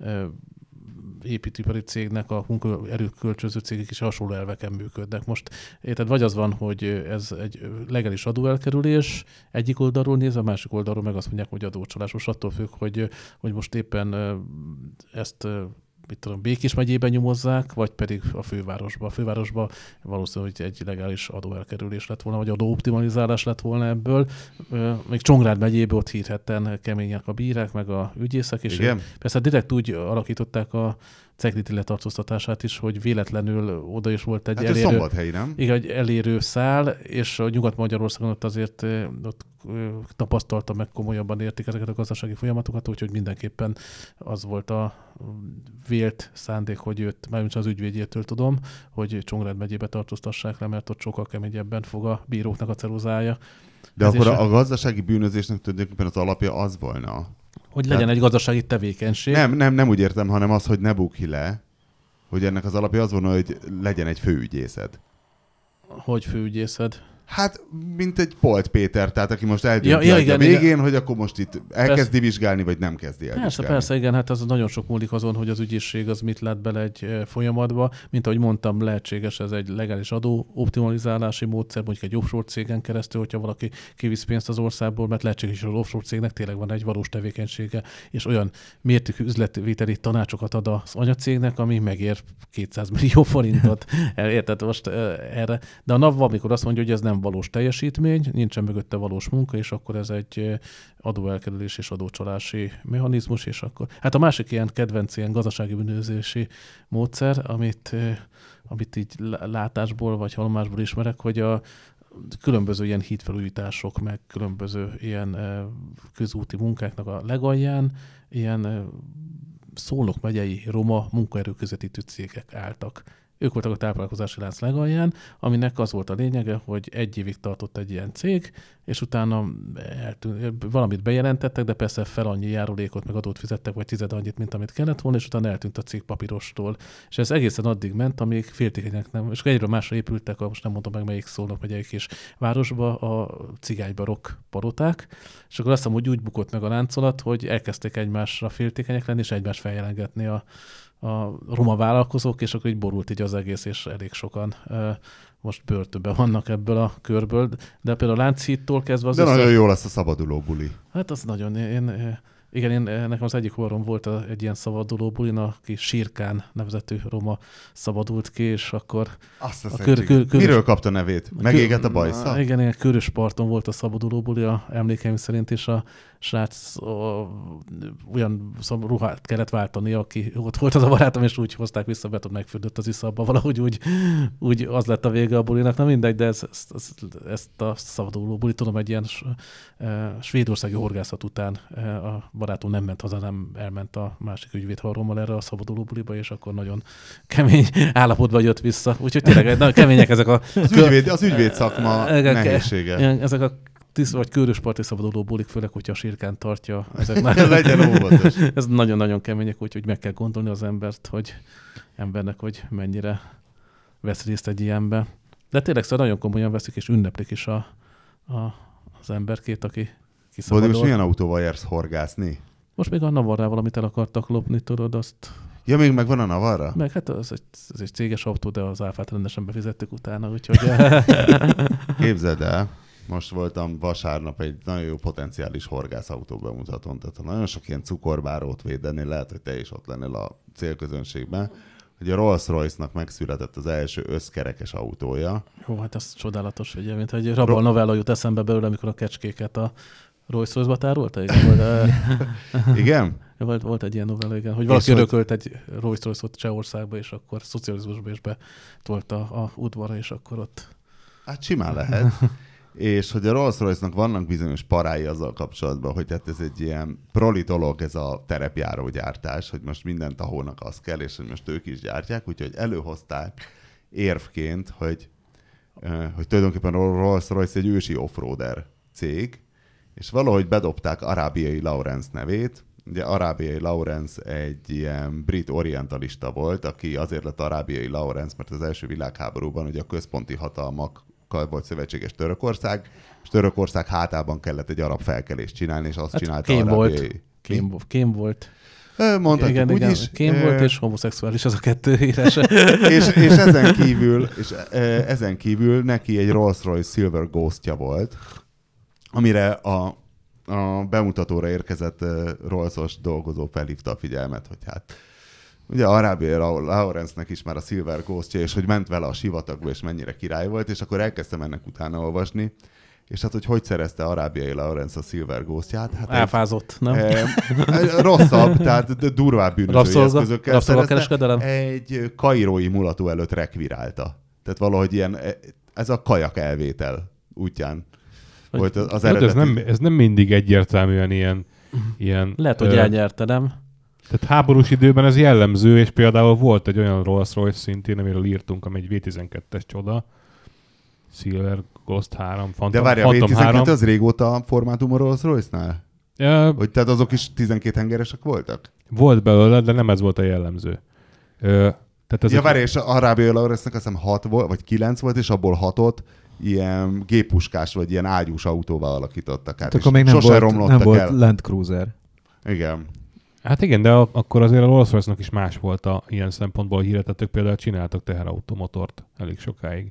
építőipari cégnek a munkaerőkölcsönző cégek is hasonló elveken működnek. Most érted, vagy az van, hogy ez egy legális adóelkerülés egyik oldalról nézve, a másik oldalról meg azt mondják, hogy adócsalás. Most attól függ, hogy, hogy most éppen ezt mit tudom, Békés megyében nyomozzák, vagy pedig a fővárosba. A fővárosba valószínűleg egy legális adóelkerülés lett volna, vagy adóoptimalizálás lett volna ebből. Még Csongrád megyében ott hírhetten kemények a bírák, meg a ügyészek, és Igen? persze direkt úgy alakították a Ceglédi letartóztatását is, hogy véletlenül oda is volt egy Hát ő elérő, szombathelyi, nem? igen, egy elérő szál, és a Nyugat-Magyarországon ott azért ott tapasztalta meg, komolyabban értik ezeket a gazdasági folyamatokat, úgyhogy mindenképpen az volt a vélt szándék, hogy őt, mármint az ügyvédjétől tudom, hogy Csongrád megyébe tartóztassák le, mert ott sokkal keményebben fog a bíróknak a ceruzája. De Ez akkor is a, a gazdasági bűnözésnek tulajdonképpen az alapja az volna. Hogy legyen Tehát- egy gazdasági tevékenység. Nem, nem, nem úgy értem, hanem az, hogy ne bukj le, hogy ennek az alapja az volna, hogy legyen egy főügyészed. Hogy főügyészed. Hát, mint egy Polt Péter, tehát aki most eldönti Ja, ja, a igen, végén, igen. hogy akkor most itt elkezdi vizsgálni, vagy nem kezdi el Persze, vizsgálni. persze, igen, hát az nagyon sok múlik azon, hogy az ügyészség az mit lát bele egy eh, folyamatba. Mint ahogy mondtam, lehetséges ez egy legális adó optimalizálási módszer, mondjuk egy offshore cégen keresztül, hogyha valaki kivisz pénzt az országból, mert lehetséges, hogy az offshore cégnek tényleg van egy valós tevékenysége, és olyan mértékű üzletvételi tanácsokat ad az anyacégnek, ami megér kétszáz millió forintot. Érted most eh, erre? De a NAV amikor azt mondja, hogy ez nem valós teljesítmény, nincsen mögötte valós munka, és akkor ez egy adóelkerülés és adócsalási mechanizmus, és akkor... Hát a másik ilyen kedvenc ilyen gazdasági bűnözési módszer, amit, amit így látásból vagy hallomásból ismerek, hogy a különböző ilyen hídfelújítások, meg különböző ilyen közúti munkáknak a legalján ilyen Szolnok megyei roma munkaerőközvetítő cégek álltak. Ők voltak a táplálkozási lánc legalján, aminek az volt a lényege, hogy egy évig tartott egy ilyen cég, és utána eltűnt, valamit bejelentettek, de persze fel annyi járulékot meg adót fizettek, vagy tized annyit, mint amit kellett volna, és utána eltűnt a cég papírostól. És ez egészen addig ment, amíg féltékenyek nem, és egyről másra épültek, a, most nem mondom meg melyik Szolnok megyei kis városba, a cigánybarokk paloták, és akkor azt hiszem, hogy úgy bukott meg a láncolat, hogy elkezdték egymásra féltékenyek lenni, és egymást feljelengetni a a roma vállalkozók, és akkor így borult így az egész, és elég sokan uh, most börtönben vannak ebből a körből. De például a Lánchídtól kezdve az De összes... nagyon jó lesz a szabaduló buli. Hát az nagyon... Én, igen, én, nekem az egyik humorom volt a, egy ilyen szabaduló bulin, aki Sirkán nevezetű roma szabadult ki, és akkor... Azt a, a kör, kör, kör, kör, Miről kapta nevét? Megégett a bajsza? Igen, igen, Körös parton volt a szabaduló buli, a emlékeim szerint is a srác o, olyan ruhát kellett váltani, aki ott volt az a barátom, és úgy hozták vissza, mert ott megfürdött az iszabba, valahogy úgy, úgy az lett a vége a bulinak. Na mindegy, de ez, ezt, ezt, ezt a szabaduló buli, tudom, egy ilyen svédországi horgászat után a barátom nem ment haza, nem elment a másik ügyvédharrommal erre a szabaduló buliba, és akkor nagyon kemény állapotban jött vissza. Úgyhogy tényleg nagyon kemények ezek a... Az ügyvéd, az ügyvéd szakma nehézsége. Ezek a tiszt, vagy körösparti szabaduló bulik, főleg, hogyha a Sirkán tartja. Ezek már Legyen óvatos. Ez nagyon-nagyon kemények, úgyhogy meg kell gondolni az embert, hogy embernek, hogy mennyire vesz részt egy ilyenbe. De tényleg szóval nagyon komolyan veszik, és ünneplik is a, a, az emberkét, aki kiszabadul. Most milyen autóval jársz horgászni? Most még a Navarrával, amit el akartak lopni, tudod, azt... Ja, még megvan a Navarra? Meg hát az egy, az egy céges autó, de az áfát rendesen befizettük utána, úgyhogy... Képzeld el, most voltam vasárnap egy nagyon jó potenciális horgászautó bemutatón, tehát ha nagyon sok ilyen cukorbárót védeni, lehet, hogy te is ott lennél a célközönségben, hogy a Rolls-Royce-nak megszületett az első összkerekes autója. Jó, hát ez csodálatos, ugye, mint hogy Rabal novella jut eszembe belőle, amikor a kecskéket a Rolls-Royce-ba tárolta? Igen, volt, Igen? volt, volt egy ilyen novella, igen, hogy valaki hogy... örökölt egy Rolls-Royce-ot Csehországba, és akkor szocializmusba is betolta a udvarra, és akkor ott... Hát simán lehet. És hogy a Rolls-Royce-nak vannak bizonyos parái azzal kapcsolatban, hogy hát ez egy ilyen proli dolog, ez a terepjárógyártás, hogy most minden tahónak az kell, és hogy most ők is gyártják, úgyhogy előhozták érvként, hogy, hogy tulajdonképpen a Rolls-Royce egy ősi offroader cég, és valahogy bedobták Arábiai Lawrence nevét. Ugye Arábiai Lawrence egy ilyen brit orientalista volt, aki azért lett Arábiai Lawrence, mert az első világháborúban ugye a központi hatalmak volt szövetséges Törökország, és Törökország hátában kellett egy arab felkelést csinálni, és azt hát csinálta kém Arábiai... Volt. Kém, kém volt. Mondhatjuk igen, úgy igen. is. Kém e... volt, és homoszexuális az a kettő írás. és, és, ezen kívül, és ezen kívül neki egy Rolls-Royce Silver Ghostja volt, amire a, a bemutatóra érkezett Rolls-os dolgozó felhívta a figyelmet, hogy hát ugye Arábiai Lawrence-nek is már a Silver Ghostja, és hogy ment vele a sivatagba, és mennyire király volt, és akkor elkezdtem ennek utána olvasni, és hát, hogy hogy szerezte Arábiai Lawrence a Silver Ghostját? Hát elfázott, egy, nem? E, rosszabb, tehát durvább bűnözői eszközökkel rabszolgakereskedelem? Egy kairói mulató előtt rekvirálta. Tehát valahogy ilyen, ez a kajak elvétel útján volt az, az eredeti. Ez nem, ez nem mindig egyértelműen ilyen... ilyen Lehet, hogy elnyerte, nem? Tehát háborús időben ez jellemző, és például volt egy olyan Rolls-Royce szintén, amiről írtunk, ami egy vé tizenkettes csoda, Silver Ghost három, Phantom, de várja, a vé tizenkettő az régóta formátum a Rolls-Royce-nál? Ja, hogy tehát azok is tizenkét hengeresek voltak? Volt belőle, de nem ez volt a jellemző. Ö, tehát ja, várja, és Arábiai Lawrence-nek azt hiszem hat volt, vagy kilenc volt, és abból hatot ilyen géppuskás, vagy ilyen ágyús autóval alakítottak át. Akkor még nem volt, nem volt Land Cruiser. Igen. Hát igen, de akkor azért a Rolls-Royce-nak is más volt a ilyen szempontból híretettek, például csináltak teherautomotort elég sokáig.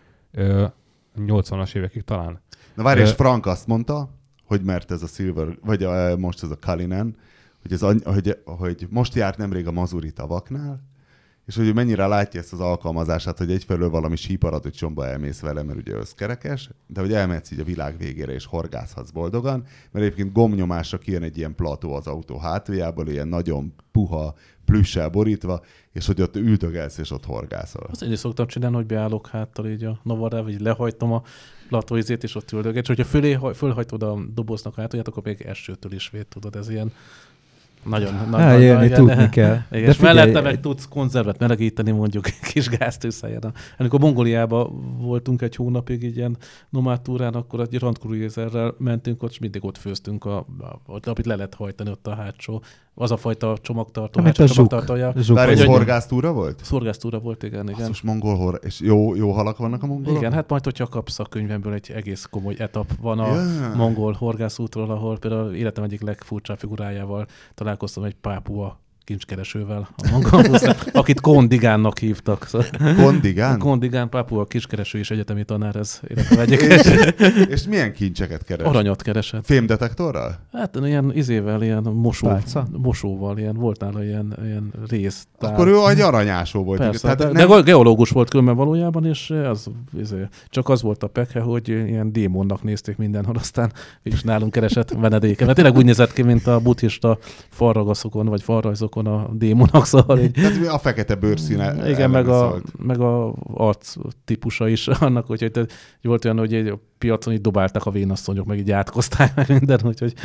Ö, nyolcvanas évekig talán. Na várj, és Frank azt mondta, hogy mert ez a Silver, vagy a, most ez a Cullinan, hogy, ez, hogy, hogy most járt nemrég a mazuri tavaknál, és hogy mennyire látja ezt az alkalmazását, hogy egyfelől valami síparadicsom elmész vele, mert ugye összkerekes, de hogy elmehetsz így a világ végére, és horgászhatsz boldogan, mert egyébként gombnyomásra kijön egy ilyen plató az autó hátuljából, ilyen nagyon puha, plüssel borítva, és hogy ott ültögelsz, és ott horgászol. Azt én is szoktam csinálni, hogy beállok háttal így a Navarrába, így lehajtom a platóizét, és ott üldöget, és hogyha fölé, fölhajtod a doboznak a hátulját, akkor még esőtől is véd, tudod, ez ilyen nagyon nagy. Hát jönni tudni kell. Igen, és mellette meg tudsz konzervet melegíteni, mondjuk kis gáztűzhelyen. Amikor Mongóliában voltunk egy hónapig így ilyen nomád túrán, akkor egy randcruiserrel mentünk, ott mindig ott főztünk, a, a, amit le lehet hajtani ott a hátsó. Az a fajta csomagtartó, hát hátsó csomagtartója. Bár ez horgásztúra volt? Horgásztúra volt, igen. igen. Basszus, mongol hor... És jó, jó halak vannak a mongolok? Igen, hát majd, hogyha kapsz a könyvemből egy egész komoly etap van a yeah. mongol horgászútról, ahol például életem egyik legfurcsább figurájával találkoztam, egy pápua kincskeresővel, a mongol akit Kondigánnak hívtak. Szóval. Kondigán? Kondigán, pápua kincskereső és egyetemi tanár, ez életem egyik. és, és milyen kincseket keres? Aranyat keresett. Fémdetektorral? Hát ilyen izével, ilyen mosó, mosóval, ilyen, volt nála ilyen, ilyen rész. Akkor ő egy aranyásó volt. Persze, Tehát de, nem... de geológus volt különben valójában, és az, izé, csak az volt a pekhe, hogy ilyen démonnak nézték mindenhol, aztán és nálunk keresett venedéke. Mert tényleg úgy nézett ki, mint a buddhista falragaszokon, vagy falrajzokon a démonok, szóval így. Tehát a fekete bőrszíne. Igen, meg a, meg a arc típusa is annak, hogy, hogy volt olyan, hogy egy piacon így dobáltak a vénasszonyok, meg így átkozták meg minden, úgyhogy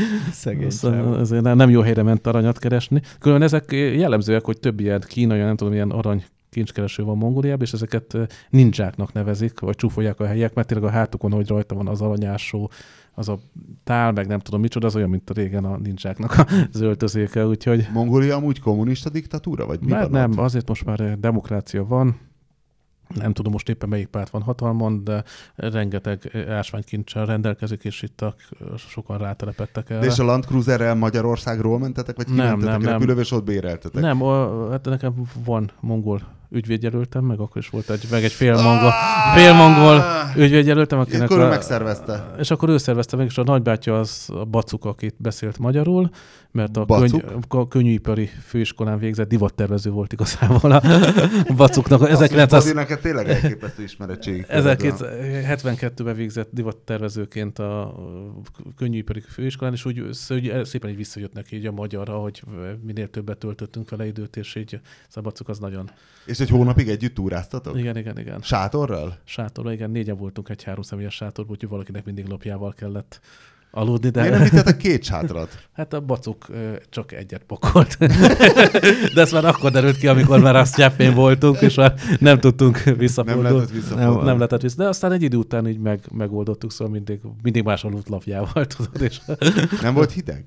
ezért nem jó helyre ment aranyat keresni. Különben ezek jellemzőek, hogy több ilyen kínai, nem tudom, ilyen arany kincskereső van Mongóliában, és ezeket ninjáknak nevezik, vagy csúfolják a helyiek, mert tényleg a hátukon, hogy rajta van az aranyásó, az a tál, meg nem tudom micsoda, az olyan, mint a régen a ninjáknak az öltözéke, úgyhogy... Mongólia amúgy kommunista diktatúra, vagy mi Már van nem, ott? azért most már demokrácia van, Nem tudom most éppen melyik párt van hatalmon, de rengeteg ásványkincsel rendelkezik, és itt a, sokan rátelepettek erre. De és a Land Cruiserrel Magyarországról mentetek, vagy kimentetek? Nem, nem. Különös ott béreltetek? Nem, a, hát nekem van mongol ügyvédjelöltem, meg akkor is volt egy, meg egy fél mongol, fél mongol ügyvédjelöltem, akinek... Akkor ő megszervezte. És akkor ő szervezte meg, és a nagybátyja az a Bacuk, akit beszélt magyarul, mert a, köny, a könnyűipari főiskolán végzett divattervező volt igazából a Bacuknak. ezerkilencszáz... neked tényleg elképesztő ismerettség. ezerkilencszázhetvenkettőben végzett divattervezőként a könnyűipari főiskolán, és úgy, úgy szépen így visszajött neki így a magyarra, hogy minél többet töltöttünk vele időt, és így a Bacuk az nagyon... És egy hónapig együtt túráztatok? Igen, igen, igen. Sátorral? Sátorral, igen. Négyen voltunk egy három személyes sátorban, úgyhogy valakinek mindig lopjával kellett aludni. De... Miért nem vittetek két sátrat? Hát a Bacuk csak egyet pakolt. De ez már akkor derült ki, amikor már azt csápén voltunk, és már nem tudtunk visszafordulni. Nem lehetett visszafordulni. Nem, nem lehetett vissza. De aztán egy idő után így meg, megoldottuk, szóval mindig, mindig más aludt lapjával, tudod. És... Nem volt hideg?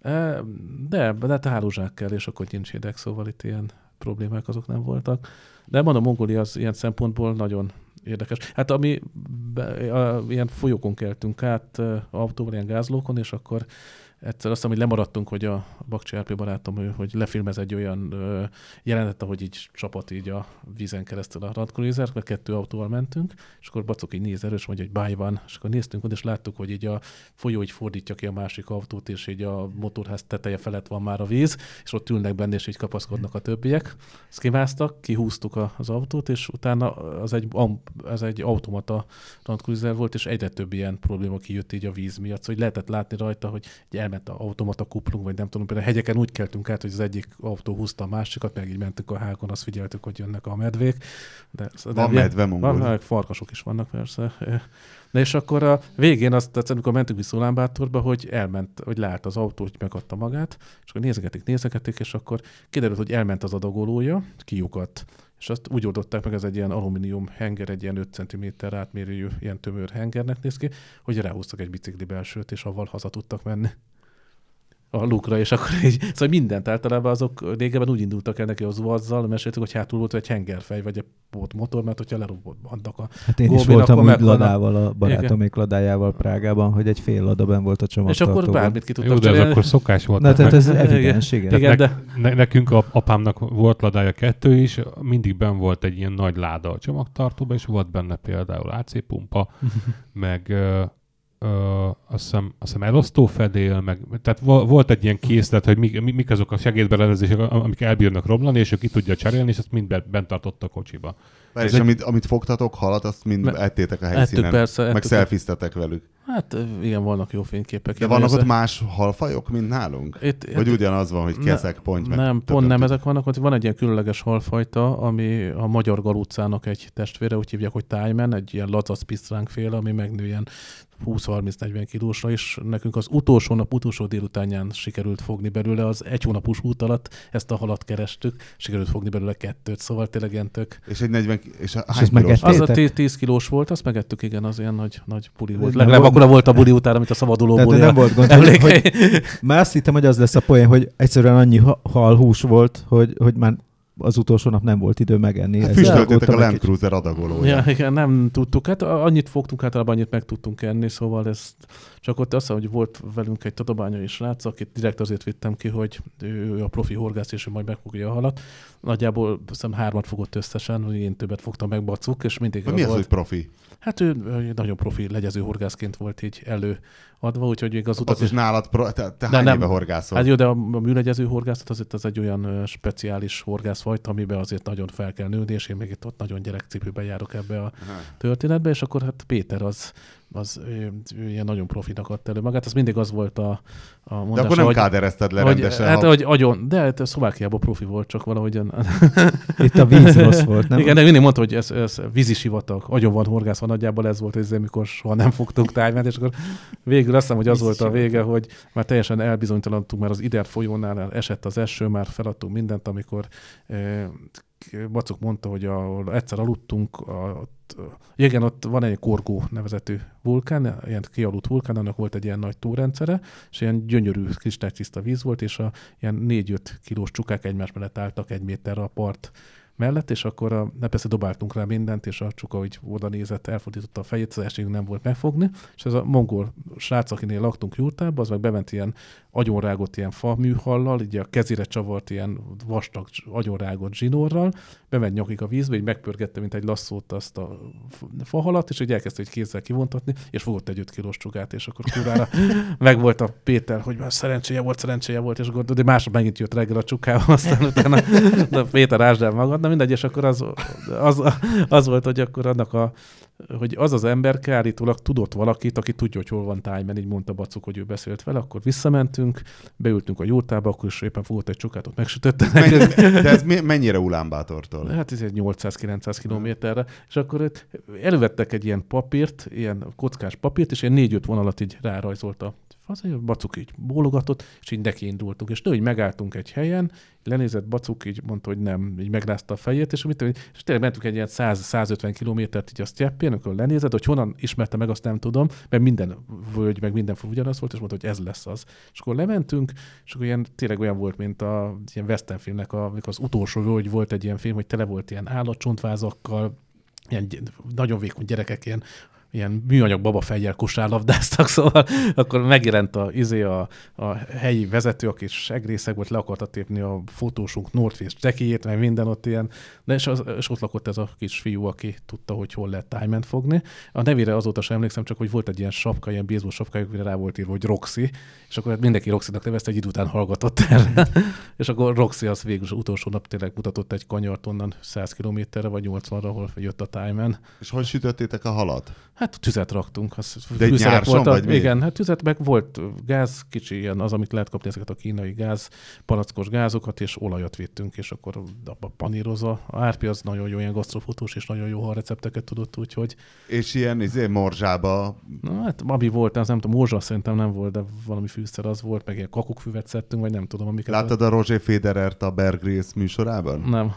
De, de hát hálózsákkel, és akkor nincs hideg, szóval itt ilyen problémák azok nem voltak. De mondom, Mongolia az ilyen szempontból nagyon érdekes. Hát ami be, a, ilyen folyókon keltünk át autóval, ilyen gázlókon, és akkor egyszer azt hiszem, hogy lemaradtunk, hogy a Bakcsi Árpi barátom, ő, hogy lefilmez egy olyan ö, jelenet, ahogy így csapat így a vízen keresztül a Land Cruiser, mert kettő autóval mentünk, és akkor Bacuk így néz erős, mondja, hogy báj van, és akkor néztünk oda, és láttuk, hogy így a folyó így fordítja ki a másik autót, és így a motorház teteje felett van már a víz, és ott ülnek benne, és így kapaszkodnak a többiek. Ezt kimásztak, kihúztuk a, az autót, és utána az egy, az egy automata Land Cruiser volt, és egyre több ilyen probléma kijött így a víz miatt, szóval lehetett látni rajta, hogy elment a automata kuplung, vagy nem tudom, például a hegyeken úgy keltünk át, hogy az egyik autó húzta a másikat, meg így mentünk a hágon, azt figyeltük, hogy jönnek a medvék. De, van de medve Mongólia. Van, farkasok is vannak persze. De és akkor a végén azt tetszett, amikor mentünk vissza Ulánbátorba, hogy elment, hogy leállt az autó, hogy megadta magát, és akkor nézegetik, nézegetik, és akkor kiderült, hogy elment az adagolója, kiukadt. És azt úgy oldották meg, ez egy ilyen alumínium henger, egy ilyen öt centiméter átmérőjű, ilyen tömör hengernek néz ki, hogy ráhúztak egy bicikli belsőt, és avval haza tudtak menni a lukra, és akkor így, szóval mindent általában azok régebben úgy indultak el neki az azzal, meséltük, hogy hátul volt egy hengerfej, vagy egy motor, mert hogyha lerobott annak a Hát én gombin, is voltam úgy megvan ladával, a barátomék ladájával Prágában, hogy egy fél lada benn volt a csomagtartóban. És akkor bármit ki tudtak Jó, de ez akkor szokás volt. Na, tehát meg... ez evidens, igen. igen ne, de... ne, nekünk a, apámnak volt ladája kettő is, mindig benn volt egy ilyen nagy láda a csomagtartóban, és volt benne például á cé pumpa, meg... Uh, azt hiszem, azt hiszem elosztófedél, meg, tehát volt egy ilyen készlet, hogy mik, mik azok a segédberendezések, amik elbírnak romlani, és ő ki tudja cserélni, és azt mind bent tartott a kocsiba. És egy... amit, amit fogtatok, halat, azt mind Me... ettétek a helyszínen, ettük persze, meg ettük szelfiztetek velük. Hát igen, vannak jó fényképek. De vannak ott más halfajok, mint nálunk? Itt, Vagy itt, ugyanaz van, hogy keszek, ponty, meg... Nem, pont nem ezek vannak, hogy van egy ilyen különleges halfajta, ami a magyar galócának egy testvére, úgy hívják, hogy tájmen, egy ilyen lazac pisztránkféle, ami megnő ilyen húsz-harminc-negyven kilósra, és nekünk az utolsó nap, utolsó délutánján sikerült fogni belőle, az egy hónapos út alatt ezt a halat kerestük, sikerült fogni belőle kettőt, szóval tényleg ilyen tök. És egy negyven, és, a, és kilós? Az a tíz kilós volt, azt megettük, igen, az ilyen nagy, nagy buli volt. Legalább akkor volt a buli után, amit a szabaduló buli. Nem volt gond, hogy, hogy már azt hittem, hogy az lesz a poén, hogy egyszerűen annyi halhús volt, hogy, hogy már az utolsó nap nem volt idő megenni. Hát füstöltétek a Land Cruiser adagolója. Ja, igen, nem tudtuk. Hát annyit fogtunk, általában annyit meg tudtunk enni, szóval ezt csak ott azt mondom, hogy volt velünk egy tatabányai srác, akit direkt azért vittem ki, hogy ő a profi horgász, és ő majd megfogja a halat. Nagyjából azt hiszem hármat fogott összesen, hogy én többet fogtam meg Bacuk, és mindig az mi az, volt. hogy profi? Hát ő nagyon profi legyező horgászként volt így előadva, úgyhogy még az utat... Az is nálad, pro... te, te de hány nem, éve horgászol? Hát jó, de a, a műlegyező horgászat azért az egy olyan uh, speciális horgászfajta, amiben azért nagyon fel kell nőni, és én még itt ott nagyon gyerekcipőben járok ebbe a Aha. történetbe, és akkor hát Péter az, az ő, ő ilyen nagyon profinak adta elő magát, az mindig az volt a, a mondás. De akkor nem hogy, káderezted le hogy, rendesen. Hát, ha... hogy agyon, de hát Szlovákiában profi volt, csak valahogyan... Itt a víz rossz volt, nem? Igen, de mindig mondta, hogy ez, ez vízisivatag, agyon van horgászva, nagyjából ez volt, hogy amikor soha nem fogtunk tájment, és akkor végül azt hiszem, hogy az volt a vége, hogy már teljesen elbizonytalanodtunk, mert az Ider folyónál esett az eső, már feladtunk mindent, amikor eh, Bacuk mondta, hogy ahol egyszer aludtunk, a, ott, igen, ott van egy Korgó nevezetű vulkán, ilyen kialudt vulkán, annak volt egy ilyen nagy túrrendszere, és ilyen gyönyörű kristálytiszta víz volt, és a ilyen négy-öt kilós csukák egymás mellett álltak egy méterre a part mellett, és akkor a, ne persze dobáltunk rá mindent, és a csuka úgy oda nézett, elfordította a fejét, az esélyünk nem volt megfogni, és ez a mongol srác, akinél laktunk jurtában, az meg bement ilyen agyonrágott ilyen fa műhallal, így a kezére csavart ilyen vastag agyonrágott zsinórral, bement nyakig a vízbe, így megpörgette, mint egy lasszót azt a fahalat, és így elkezdte egy kézzel kivontatni, és fogott egy öt kilós csugát, és akkor kurára megvolt a Péter, hogy már szerencséje volt, szerencséje volt, és akkor de másnap megint jött reggel a csukával, aztán utána de Péter ásd el magad, na mindegy, és akkor az, az, az volt, hogy akkor annak a hogy az az ember állítólag tudott valakit, aki tudja, hogy hol van Tájmen, így mondta Bacuk, hogy ő beszélt vele, akkor visszamentünk, beültünk a jurtába, akkor is éppen fogott egy csukát, ott megsütötte. Mennyi, de ez mennyire Ulánbátortól? Hát ez egy nyolcszáz-kilencszáz kilométerre, és akkor elővettek egy ilyen papírt, ilyen kockás papírt, és ilyen négy-öt vonalat így rárajzolta. Azért Bacuk így bólogatott, és így neki indultunk. És így megálltunk egy helyen, lenézett Bacuk, így mondta, hogy nem, így megrázta a fejét, és, mit, és tényleg mentünk egy ilyen száz-százötven kilométert így a sztyeppén, amikor lenézett, hogy honnan ismerte meg, azt nem tudom, mert minden völgy, meg minden fog ugyanaz volt, és mondta, hogy ez lesz az. És akkor lementünk, és akkor ilyen, tényleg olyan volt, mint a ilyen western filmnek, a, amikor az utolsó völgy volt egy ilyen film, hogy tele volt ilyen állatcsontvázakkal, ilyen nagyon vékony gyerekek, ilyen ilyen műanyag babafejjel kosárlabdáztak, szóval akkor megjelent a, izé a, a helyi vezető, aki segrészeg volt, le akarta tépni a fotósunk North Face csekéjét, meg minden ott ilyen, de és, az, és ott lakott ez a kis fiú, aki tudta, hogy hol lehet Tájment fogni. A nevére azóta sem emlékszem, csak hogy volt egy ilyen sapka, ilyen baseball sapkájuk, amire rá volt írva, hogy Roxy, és akkor mindenki Roxynak nevezte, egy idő után hallgatott erre. És akkor Roxy az végül utolsó nap tényleg mutatott egy kanyart onnan száz kilométerre, vagy nyolcvanra, ahol jött a Tájmen. És hogy sütöttétek a halat? Hát tüzet raktunk. Az de egy nyárson, vagy mi? Igen, hát tüzet, meg volt gáz, kicsi ilyen, az, amit lehet kapni, ezeket a kínai gáz, palackos gázokat, és olajat vittünk, és akkor abba panírozva. A Árpi az nagyon jó ilyen gasztrofotós, és nagyon jó halrecepteket tudott, úgyhogy... És ilyen izé, morzsába... Na, hát ami volt, az nem tudom, morzsa szerintem nem volt, de valami fűszer az volt, meg ilyen kakukkfüvet szedtünk, vagy nem tudom, amiket... Láttad a Roger Federert a Bear Grylls műsorában? Nem.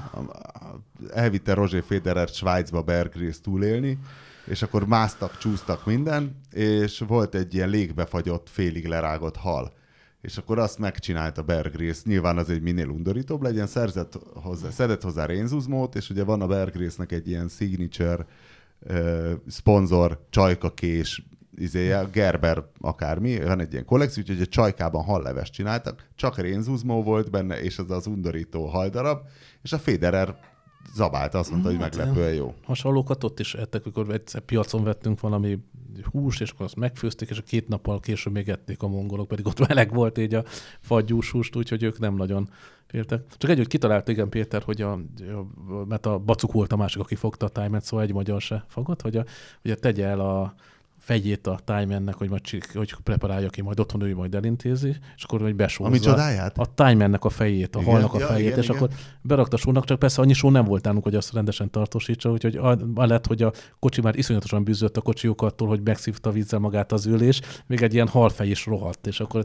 Elvitte Roger Federert Svájcba Bear Grylls túlélni, és akkor másztak, csúsztak minden, és volt egy ilyen légbefagyott, félig lerágott hal. És akkor azt megcsinálta Bear Grylls, nyilván az egy minél undorítóbb legyen, szerzett hozzá, szedett hozzá rénzuzmót, és ugye van a Bear Gryllsnek egy ilyen signature uh, szponzor, csajkakés, izéje, Gerber akármi, van egy ilyen kollekció, úgyhogy a csajkában hallevest csináltak, csak rénzuzmó volt benne, és az az undorító haldarab, és a Federer zabálta, azt mondta, hogy meglepően jó. Hasonlókat ott is ettek, amikor egyszer piacon vettünk valami hús, és akkor azt megfőzték, és a két nappal később még ették a mongolok, pedig ott meleg volt így a fagyús húst, úgyhogy ők nem nagyon féltek. Csak egy, hogy kitalált, igen, Péter, hogy a, mert a Bacuk volt a másik, aki fogta a Tájment, szóval egy magyar se fogott, hogy a, hogy a tegye el a fejét a Tájmennek, hogy majd hogy preparálja ki, majd otthon ő majd elintézi, és akkor majd besózza. Ami csodáját? A Tájmennek a fejét, a igen, halnak a ja, fejét, igen, és igen. akkor berakta sónak, csak persze annyi só nem volt nálunk, hogy azt rendesen tartósítsa, úgyhogy a lett, hogy a kocsi már iszonyatosan bűzött a kocsiukattól, hogy megszívta vízzel magát az ülés, még egy ilyen halfej is rohadt, és akkor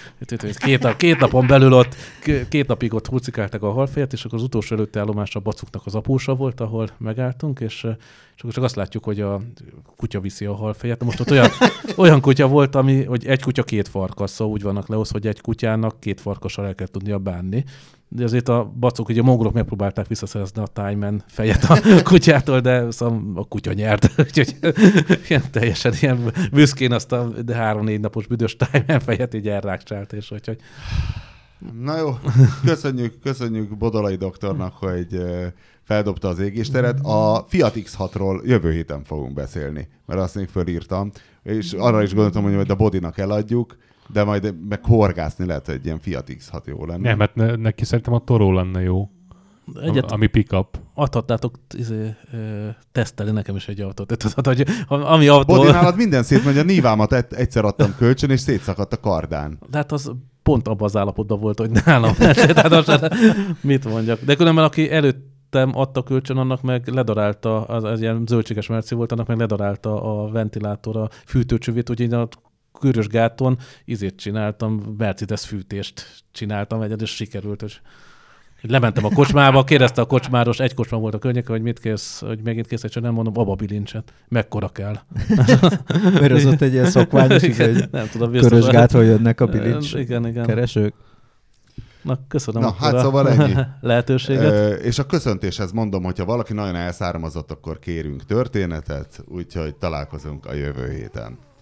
két, két napon belül ott, két napig ott hurcikáltak a halfejet, és akkor az utolsó előtti állomás a Bacuknak az apósa volt, ahol megálltunk, és és akkor csak azt látjuk, hogy a kutya viszi a halfejet. Most ott olyan, olyan kutya volt, ami, hogy egy kutya két farkas, szóval úgy vannak lehhoz, hogy egy kutyának két farkassal el kell tudnia bánni. De azért a Bacuk, ugye a mongolok megpróbálták visszaszerezni a Tájmen fejet a kutyától, de szóval a kutya nyert. Úgyhogy ilyen teljesen ilyen büszkén azt a három-négy napos büdös Tájmen fejet így elrákcsált, és úgyhogy... Na jó, köszönjük, köszönjük Bodolai doktornak, hogy feldobta az égésteret. A Fiat iksz hatról jövő héten fogunk beszélni, mert azt még fölírtam, és arra is gondoltam, hogy majd a Bodinak eladjuk, de majd meg horgászni lehet, hogy egy ilyen Fiat iksz hat jó lenne. Nem, mert ne, neki szerintem a Toro lenne jó. Egyet ami pick-up. Adhatnátok izé, tesztelni nekem is egy autót. Tudod, hogy ami autó... Bodi, nálad minden szét megy, a Nivámat egyszer adtam kölcsön, és szétszakadt a kardán. De hát az pont abban az állapotban volt, hogy nálam. Tehát mit mondjak. De különben aki előttem adta kölcsön, annak meg ledarálta, az, az ilyen zöldséges merci volt, annak meg ledarálta a ventilátor, a fűtőcsövét, úgyhogy a Körös gáton izét csináltam, Mercedes fűtést csináltam egyet, és sikerült, hogy lementem a kocsmába, kérdezte a kocsmáros, egy kocsma volt a környéke, hogy mit kész, hogy megint kész, csak nem mondom, abba bilincset. Mekkora kell. Mert az ott egy ilyen szokványos, igen, hogy nem tudom, Körös gátról jönnek a bilincs igen, igen. keresők. Na, köszönöm Na, akkor hát a szóval ennyi. lehetőséget. Ö, és a köszöntéshez mondom, hogyha valaki nagyon elszármazott, akkor kérünk történetet, úgyhogy találkozunk a jövő héten.